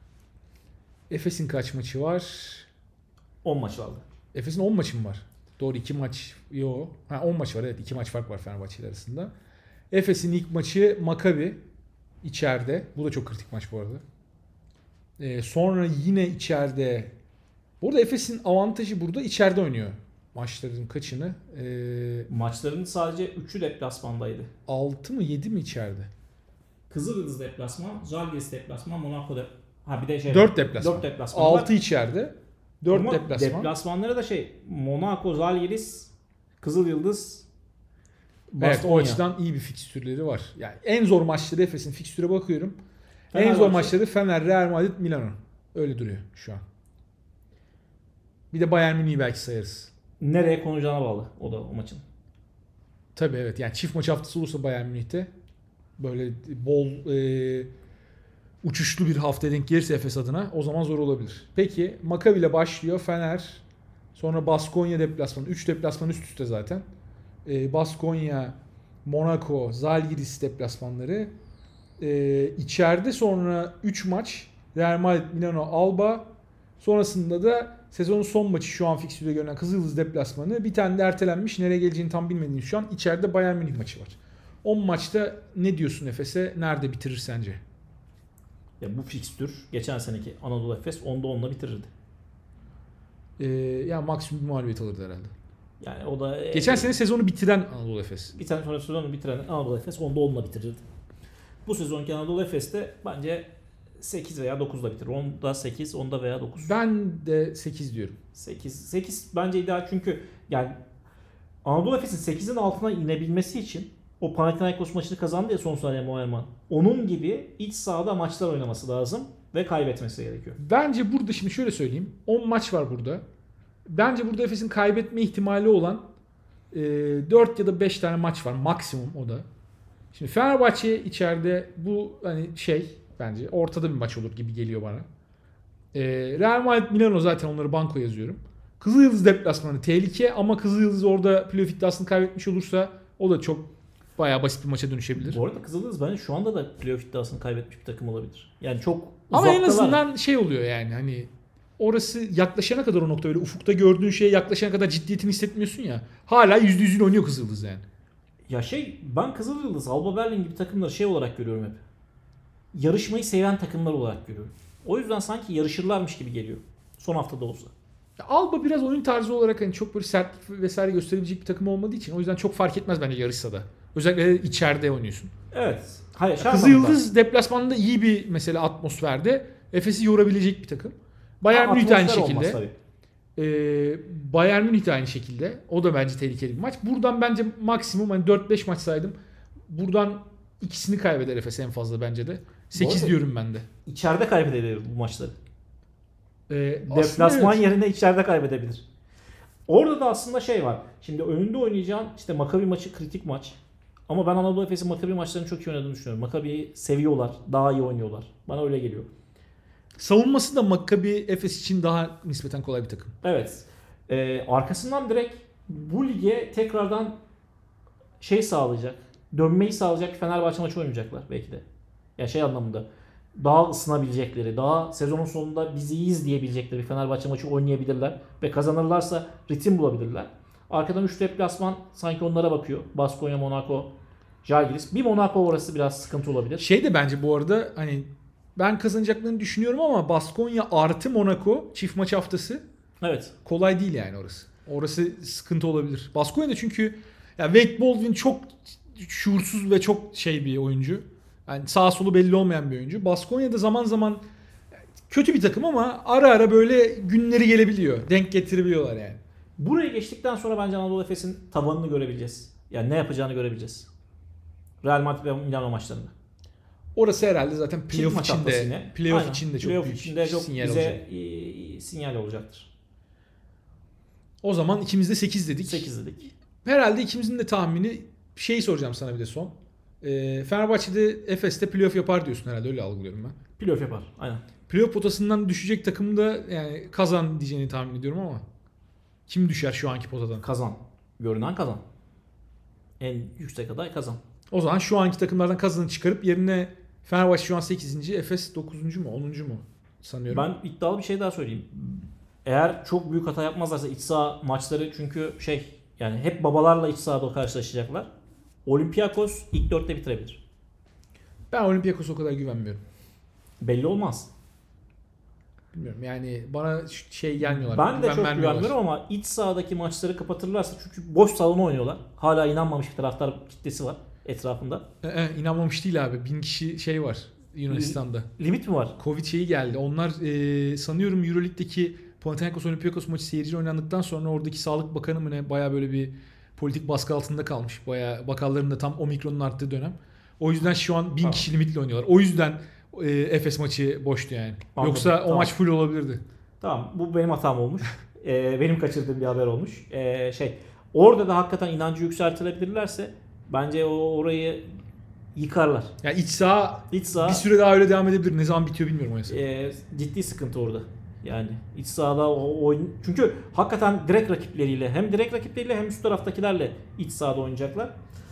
Speaker 1: Efes'in kaç maçı var?
Speaker 2: on maç vardı.
Speaker 1: Efes'in on maçı mı var? Doğru iki maç. Yo. Ha on maç var evet. iki maç fark var Fenerbahçe ile arasında. Efes'in ilk maçı Maccabi içeride. Bu da çok kritik maç bu arada. Ee, sonra yine içeride. Bu arada Efes'in avantajı burada içeride oynuyor. Maçların kaçını? Ee,
Speaker 2: Maçların sadece üçü deplasmandaydı.
Speaker 1: altı mı yedi mi içeride?
Speaker 2: Kızıldız deplasman, Žalgiris deplasman, Monaco de... Ha bir de şey.
Speaker 1: dört deplasman.
Speaker 2: dört deplasman.
Speaker 1: altı içeride. dört
Speaker 2: Ama
Speaker 1: deplasman.
Speaker 2: deplasmanları da şey Monaco, Žalgiris, Kızılyıldız,
Speaker 1: Evet
Speaker 2: Baskonya.
Speaker 1: o açıdan iyi bir fikstürleri var. Yani en zor maçları Efes'in fikstüre bakıyorum. En
Speaker 2: Fenerbahçe-
Speaker 1: zor maçları Fener, Real Madrid, Milano. Öyle duruyor şu an. Bir de Bayern Münih'i belki sayarız.
Speaker 2: Nereye konacağına bağlı o da o maçın.
Speaker 1: Tabii evet yani çift maç haftası olursa Bayern Münih'te böyle bol e, uçuşlu bir hafta denk gelirse Efes adına o zaman zor olabilir. Peki Maccabi ile başlıyor Fener. Sonra Baskonya deplasmanı. üç deplasman üst üste zaten. E, Baskonya, Monaco, Žalgiris deplasmanları. E, içeride sonra üç maç. Real Madrid, Milano, Alba. Sonrasında da sezonun son maçı şu an fikstürde görünen Kızıldız deplasmanı. Bir tane de ertelenmiş. Nereye geleceğini tam bilmediğim şu an. İçeride Bayern Münih maçı var. on maçta ne diyorsun Efes'e? Nerede bitirir sence?
Speaker 2: Ya bu fikstür geçen seneki Anadolu Efes onda onla bitirirdi.
Speaker 1: Ee, ya maksimum bir mağlubiyet alırdı herhalde.
Speaker 2: Yani o da
Speaker 1: Geçen sene sezonu bitiren Anadolu Efes.
Speaker 2: bir tane sonra sezonu bitiren Anadolu Efes onda onla bitirirdi. Bu sezonki Anadolu Efes'te bence sekiz veya dokuzla bitirir. Onda sekiz, onda veya dokuz.
Speaker 1: Ben de sekiz diyorum.
Speaker 2: sekiz. sekiz bence ideal çünkü yani Anadolu Efes'in sekizin altına inebilmesi için o Panathinaikos maçını kazandı ya son saniye Moerman. Onun gibi iç sahada maçlar oynaması lazım ve kaybetmesi gerekiyor.
Speaker 1: Bence burada şimdi şöyle söyleyeyim. on maç var burada. Bence burada Efes'in kaybetme ihtimali olan e, dört ya da beş tane maç var. Maksimum o da. Şimdi Fenerbahçe içeride bu hani şey bence ortada bir maç olur gibi geliyor bana. E, Real Madrid Milano zaten onları banko yazıyorum. Kızılyıldız deplasmanı tehlike ama Kızılyıldız orada playoff iddiasını kaybetmiş olursa o da çok bayağı basit bir maça dönüşebilir.
Speaker 2: Bu arada Kızıldız bence şu anda da playoff iddiasını kaybetmiş bir takım olabilir. Yani çok
Speaker 1: Ama en
Speaker 2: uzaktalar.
Speaker 1: azından şey oluyor yani hani orası yaklaşana kadar o nokta öyle ufukta gördüğün şeye yaklaşana kadar ciddiyetini hissetmiyorsun ya. Hala yüzde yüzünü oynuyor Kızıldız yani.
Speaker 2: Ya şey ben Kızılyıldız, Alba Berlin gibi takımları şey olarak görüyorum hep. Yarışmayı seven takımlar olarak görüyorum. O yüzden sanki yarışırlarmış gibi geliyor. Son haftada olsa.
Speaker 1: Ya Alba biraz oyun tarzı olarak hani çok böyle sertlik vesaire gösterebilecek bir takım olmadığı için o yüzden çok fark etmez bence yarışsa da. Özellikle içeride oynuyorsun.
Speaker 2: Evet. Hayır,
Speaker 1: Kızılyıldız deplasmanda iyi bir mesela atmosferde Efes'i yorabilecek bir takım. Bayern Münih de aynı şekilde. Ee, Bayern Münih de aynı şekilde. O da bence tehlikeli bir maç. Buradan bence maksimum hani dört beş maç saydım. Buradan ikisini kaybeder Efes en fazla bence de. sekiz diyorum ben de.
Speaker 2: İçeride kaybedebilir bu maçları.
Speaker 1: Ee,
Speaker 2: Deplasman
Speaker 1: evet.
Speaker 2: yerine içeride kaybedebilir. Orada da aslında şey var. Şimdi önünde oynayacağın işte Maccabi maçı kritik maç. Ama ben Anadolu Efes'in Maccabi maçlarını çok iyi oynadığını düşünüyorum. Maccabi'yi seviyorlar. Daha iyi oynuyorlar. Bana öyle geliyor.
Speaker 1: Savunması da Maccabi Efes için daha nispeten kolay bir takım.
Speaker 2: Evet. Ee, arkasından direkt bu lige tekrardan şey sağlayacak. Dönmeyi sağlayacak bir Fenerbahçe maçı oynayacaklar belki de. Yani şey anlamında. Daha ısınabilecekleri, daha sezonun sonunda biz iyiyiz diyebilecekleri bir Fenerbahçe maçı oynayabilirler. Ve kazanırlarsa ritim bulabilirler. Arkadan üç deplasman sanki onlara bakıyor. Baskonya, Monaco, Žalgiris. Bir Monaco orası biraz sıkıntı olabilir.
Speaker 1: Şey de bence bu arada hani ben kazanacaklarını düşünüyorum ama Baskonya artı Monaco çift maç haftası
Speaker 2: Evet.
Speaker 1: kolay değil yani orası. Orası sıkıntı olabilir. Baskonya'da çünkü ya Wade Baldwin çok şuursuz ve çok şey bir oyuncu. Yani sağ solu belli olmayan bir oyuncu. Baskonya'da zaman zaman kötü bir takım ama ara ara böyle günleri gelebiliyor. Denk getirebiliyorlar yani.
Speaker 2: Buraya geçtikten sonra bence Anadolu Efes'in tavanını görebileceğiz. Yani ne yapacağını görebileceğiz. Real Madrid ve Milano maçlarında.
Speaker 1: Orası herhalde zaten playoff
Speaker 2: maç
Speaker 1: için
Speaker 2: haftası
Speaker 1: de
Speaker 2: yine.
Speaker 1: playoff
Speaker 2: Aynen.
Speaker 1: için de çok
Speaker 2: Playoff
Speaker 1: büyük
Speaker 2: için de çok
Speaker 1: sinyal
Speaker 2: bize
Speaker 1: olacak.
Speaker 2: e, sinyal olacaktır.
Speaker 1: O zaman ikimiz de sekiz dedik.
Speaker 2: sekiz dedik.
Speaker 1: Herhalde ikimizin de tahmini şeyi soracağım sana bir de son. Ee, Fenerbahçe'de Efes'te playoff yapar diyorsun herhalde, öyle algılıyorum ben.
Speaker 2: Playoff yapar. Aynen.
Speaker 1: Playoff potasından düşecek takım da yani kazan diyeceğini tahmin ediyorum ama kim düşer şu anki potadan?
Speaker 2: Kazan. Görünen kazan. En yüksek aday kazan.
Speaker 1: O zaman şu anki takımlardan kazanı çıkarıp yerine Fenerbahçe şu an sekizinci, Efes dokuzuncu mu onuncu mu sanıyorum.
Speaker 2: Ben iddialı bir şey daha söyleyeyim. Eğer çok büyük hata yapmazlarsa iç saha maçları, çünkü şey yani hep babalarla iç sahada karşılaşacaklar. Olympiakos ilk dörtte bitirebilir.
Speaker 1: Ben Olympiakos'a o kadar güvenmiyorum.
Speaker 2: Belli olmaz.
Speaker 1: Bilmiyorum yani bana şey gelmiyorlar.
Speaker 2: Ben de
Speaker 1: güven
Speaker 2: çok
Speaker 1: vermiyorlar.
Speaker 2: güvenmiyorum ama iç sahadaki maçları kapatırlarsa, çünkü boş salona oynuyorlar. Hala inanmamış bir taraftar kitlesi var etrafında.
Speaker 1: Ee, e, inanmamış değil abi. Bin kişi şey var Yunanistan'da.
Speaker 2: Limit mi var?
Speaker 1: Covid şeyi geldi. Onlar e, sanıyorum Euroleague'deki Panathinaikos Olympiakos maçı seyirci oynandıktan sonra oradaki Sağlık Bakanı mı ne baya böyle bir politik baskı altında kalmış. Baya bakalların da tam Omikron'un arttığı dönem. O yüzden şu an bin
Speaker 2: Tamam.
Speaker 1: kişi limitle oynuyorlar. O yüzden e, Efes maçı boştu yani.
Speaker 2: Anladım.
Speaker 1: Yoksa o
Speaker 2: Tamam.
Speaker 1: maç full olabilirdi.
Speaker 2: Tamam, bu benim hatam olmuş. ee, benim kaçırdığım bir haber olmuş. Ee, şey orada da hakikaten inancı yükseltilebilirlerse bence o orayı yıkarlar.
Speaker 1: Yani iç saha
Speaker 2: İç saha
Speaker 1: bir süre daha öyle devam edebilir. Ne zaman bitiyor bilmiyorum o yasak.
Speaker 2: e, ciddi sıkıntı orada. Yani iç sahada o oyun, çünkü hakikaten direkt rakipleriyle, hem direkt rakipleriyle hem üst taraftakilerle iç sahada oynayacaklar.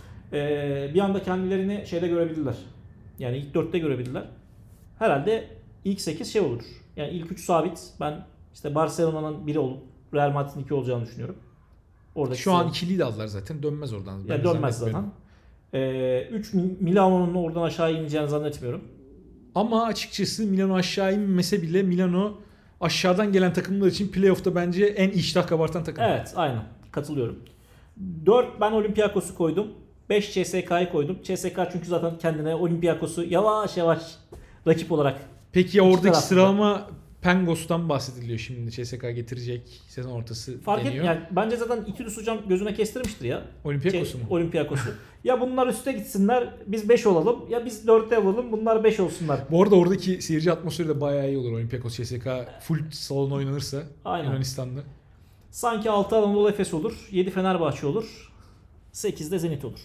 Speaker 2: Ee, bir anda kendilerini şeyde görebilirler. Yani ilk dörtte görebilirler. Herhalde ilk sekiz şey olur. Yani ilk üç sabit. Ben işte Barcelona'nın biri olup Real Madrid'in iki olacağını düşünüyorum. Oradaki
Speaker 1: Şu an
Speaker 2: sıra-
Speaker 1: ikiliyi de aldılar zaten. Dönmez oradan. Ben
Speaker 2: ya
Speaker 1: de
Speaker 2: dönmez
Speaker 1: zannetmiyorum.
Speaker 2: zaten. Ee, üç Milano'nun oradan aşağı ineceğini zannetmiyorum.
Speaker 1: Ama açıkçası Milano aşağı inmese bile Milano aşağıdan gelen takımlar için playoff'ta bence en iştah kabartan takım.
Speaker 2: Evet, aynen. Katılıyorum. dört ben Olympiakos'u koydum. beş C S K'yı koydum. C S K çünkü zaten kendine Olympiakos'u yavaş yavaş rakip olarak.
Speaker 1: Peki ya
Speaker 2: İki
Speaker 1: oradaki
Speaker 2: tarafta.
Speaker 1: sıralama Pangos'tan bahsediliyor şimdi. C S K getirecek sezon ortası
Speaker 2: Fark et
Speaker 1: deniyor.
Speaker 2: yani bence zaten İkilius hocam gözüne kestirmiştir ya.
Speaker 1: Olympiakos'u
Speaker 2: Şey,
Speaker 1: mu?
Speaker 2: Olympiakos'u. Ya bunlar üste gitsinler, biz beş olalım. Ya biz dörtte olalım, bunlar beş olsunlar.
Speaker 1: Bu arada oradaki seyirci atmosferi de bayağı iyi olur. Olympiakos C S K full salon oynanırsa
Speaker 2: Aynen.
Speaker 1: Yunanistan'da.
Speaker 2: Sanki altı Anadolu Efes olur, yedi Fenerbahçe olur, sekizde Zenit olur.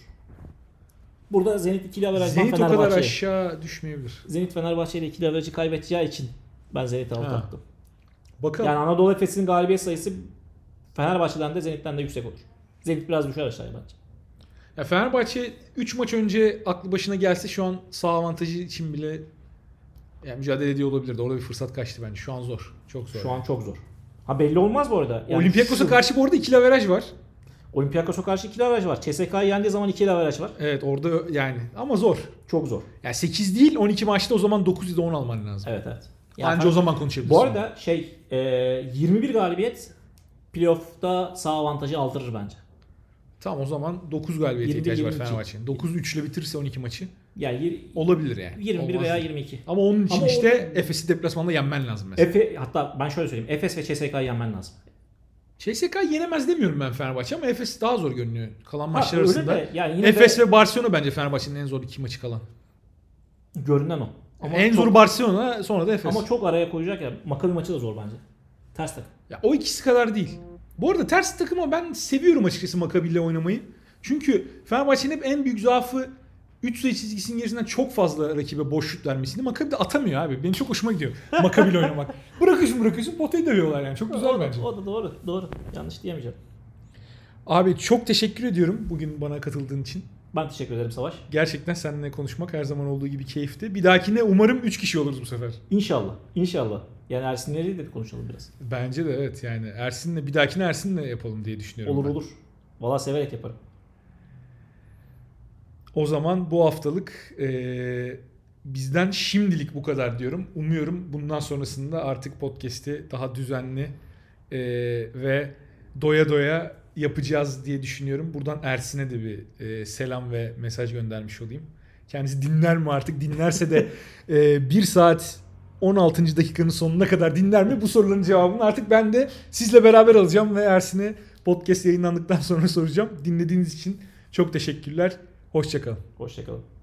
Speaker 2: Burada Zenit ikili averajdan
Speaker 1: Zenit o kadar
Speaker 2: Fenerbahçe'ye.
Speaker 1: aşağı düşmeyebilir.
Speaker 2: Zenit Fenerbahçe ile ikili averajı kaybedeceği için ben Zenit'e alt
Speaker 1: Ha.
Speaker 2: attım.
Speaker 1: Bakalım.
Speaker 2: Yani Anadolu Efes'in galibiyet sayısı Fenerbahçe'den de Zenit'ten de yüksek olur. Zenit biraz düşer aşağıya bence.
Speaker 1: Ya Fenerbahçe üç maç önce aklı başına gelse şu an sağ avantajı için bile Yani mücadele ediyor olabilirdi. Orada bir fırsat kaçtı bence. Şu an zor. Çok zor.
Speaker 2: Şu an çok zor. Ha belli olmaz bu arada. Yani
Speaker 1: Olympiakos'a
Speaker 2: şu-
Speaker 1: karşı bu arada ikili averaj var.
Speaker 2: Olympiakos'a karşı ikili averaj var. C S K 'yı yendiği zaman ikili averaj var.
Speaker 1: Evet orada yani ama zor.
Speaker 2: Çok zor.
Speaker 1: Yani sekiz değil on iki maçta o zaman dokuz ya da on alman lazım.
Speaker 2: Evet evet. Yani
Speaker 1: Anca o zaman konuşabilirsin.
Speaker 2: bu arada şey e, yirmi bir galibiyet playoff'ta sağ avantajı aldırır bence.
Speaker 1: Tamam o zaman dokuz galibiyete
Speaker 2: yirmi bir,
Speaker 1: ihtiyacı var
Speaker 2: yirmi iki.
Speaker 1: Fenerbahçe'nin. dokuz üç ile bitirse on iki maçı
Speaker 2: Yani yir-
Speaker 1: olabilir yani.
Speaker 2: yirmi bir
Speaker 1: Olmaz
Speaker 2: veya
Speaker 1: değil.
Speaker 2: yirmi iki.
Speaker 1: Ama onun için
Speaker 2: Ama
Speaker 1: işte Efes'i deplasmanda yenmen lazım mesela.
Speaker 2: Efe, hatta ben şöyle söyleyeyim. Efes ve C S K'yı yenmen lazım.
Speaker 1: C S K yenemez demiyorum ben Fenerbahçe ama Efes daha zor görünüyor kalan
Speaker 2: Ha,
Speaker 1: maçlar
Speaker 2: öyle
Speaker 1: arasında.
Speaker 2: de yani yine
Speaker 1: Efes
Speaker 2: de
Speaker 1: ve Barcelona bence Fenerbahçe'nin en zor iki maçı kalan.
Speaker 2: görünen o. Ama
Speaker 1: en
Speaker 2: çok,
Speaker 1: zoru Barcelona sonra da Efes.
Speaker 2: ama çok araya koyacak ya. Maccabi maçı da zor bence. Ters takım.
Speaker 1: Ya o ikisi kadar değil. Bu arada ters takıma ben seviyorum açıkçası Maccabi ile oynamayı. Çünkü Fenerbahçe'nin hep en büyük zaafı üç sayı çizgisinin gerisinden çok fazla rakibe boş şut vermesini. Maccabi de atamıyor abi. Benim çok hoşuma gidiyor Maccabi ile oynamak. Bırakıyorsun bırakıyorsun potayı dövüyorlar yani. Çok güzel
Speaker 2: o, da-
Speaker 1: bence.
Speaker 2: O da doğru. Doğru. Yanlış diyemeyeceğim.
Speaker 1: Abi çok teşekkür ediyorum bugün bana katıldığın için.
Speaker 2: Ben teşekkür ederim Savaş.
Speaker 1: Gerçekten seninle konuşmak her zaman olduğu gibi keyifti. Bir dahakine umarım üç kişi oluruz bu sefer.
Speaker 2: İnşallah. İnşallah. Yani Ersin'leri de konuşalım biraz.
Speaker 1: Bence de evet yani Ersin'le bir dahakine Ersin'le yapalım diye düşünüyorum
Speaker 2: Olur
Speaker 1: ben.
Speaker 2: olur. Valla severek yaparım.
Speaker 1: O zaman bu haftalık eee, bizden şimdilik bu kadar diyorum. Umuyorum bundan sonrasında artık podcast'i daha düzenli eee, ve doya doya yapacağız diye düşünüyorum. Buradan Ersin'e de bir eee, selam ve mesaj göndermiş olayım. Kendisi dinler mi artık? Dinlerse de eee bir saat on altıncı dakikanın sonuna kadar dinler mi? Bu soruların cevabını artık ben de sizle beraber alacağım ve Ersin'e podcast yayınlandıktan sonra soracağım. Dinlediğiniz için çok teşekkürler. Hoşça kalın.
Speaker 2: Hoşçakalın.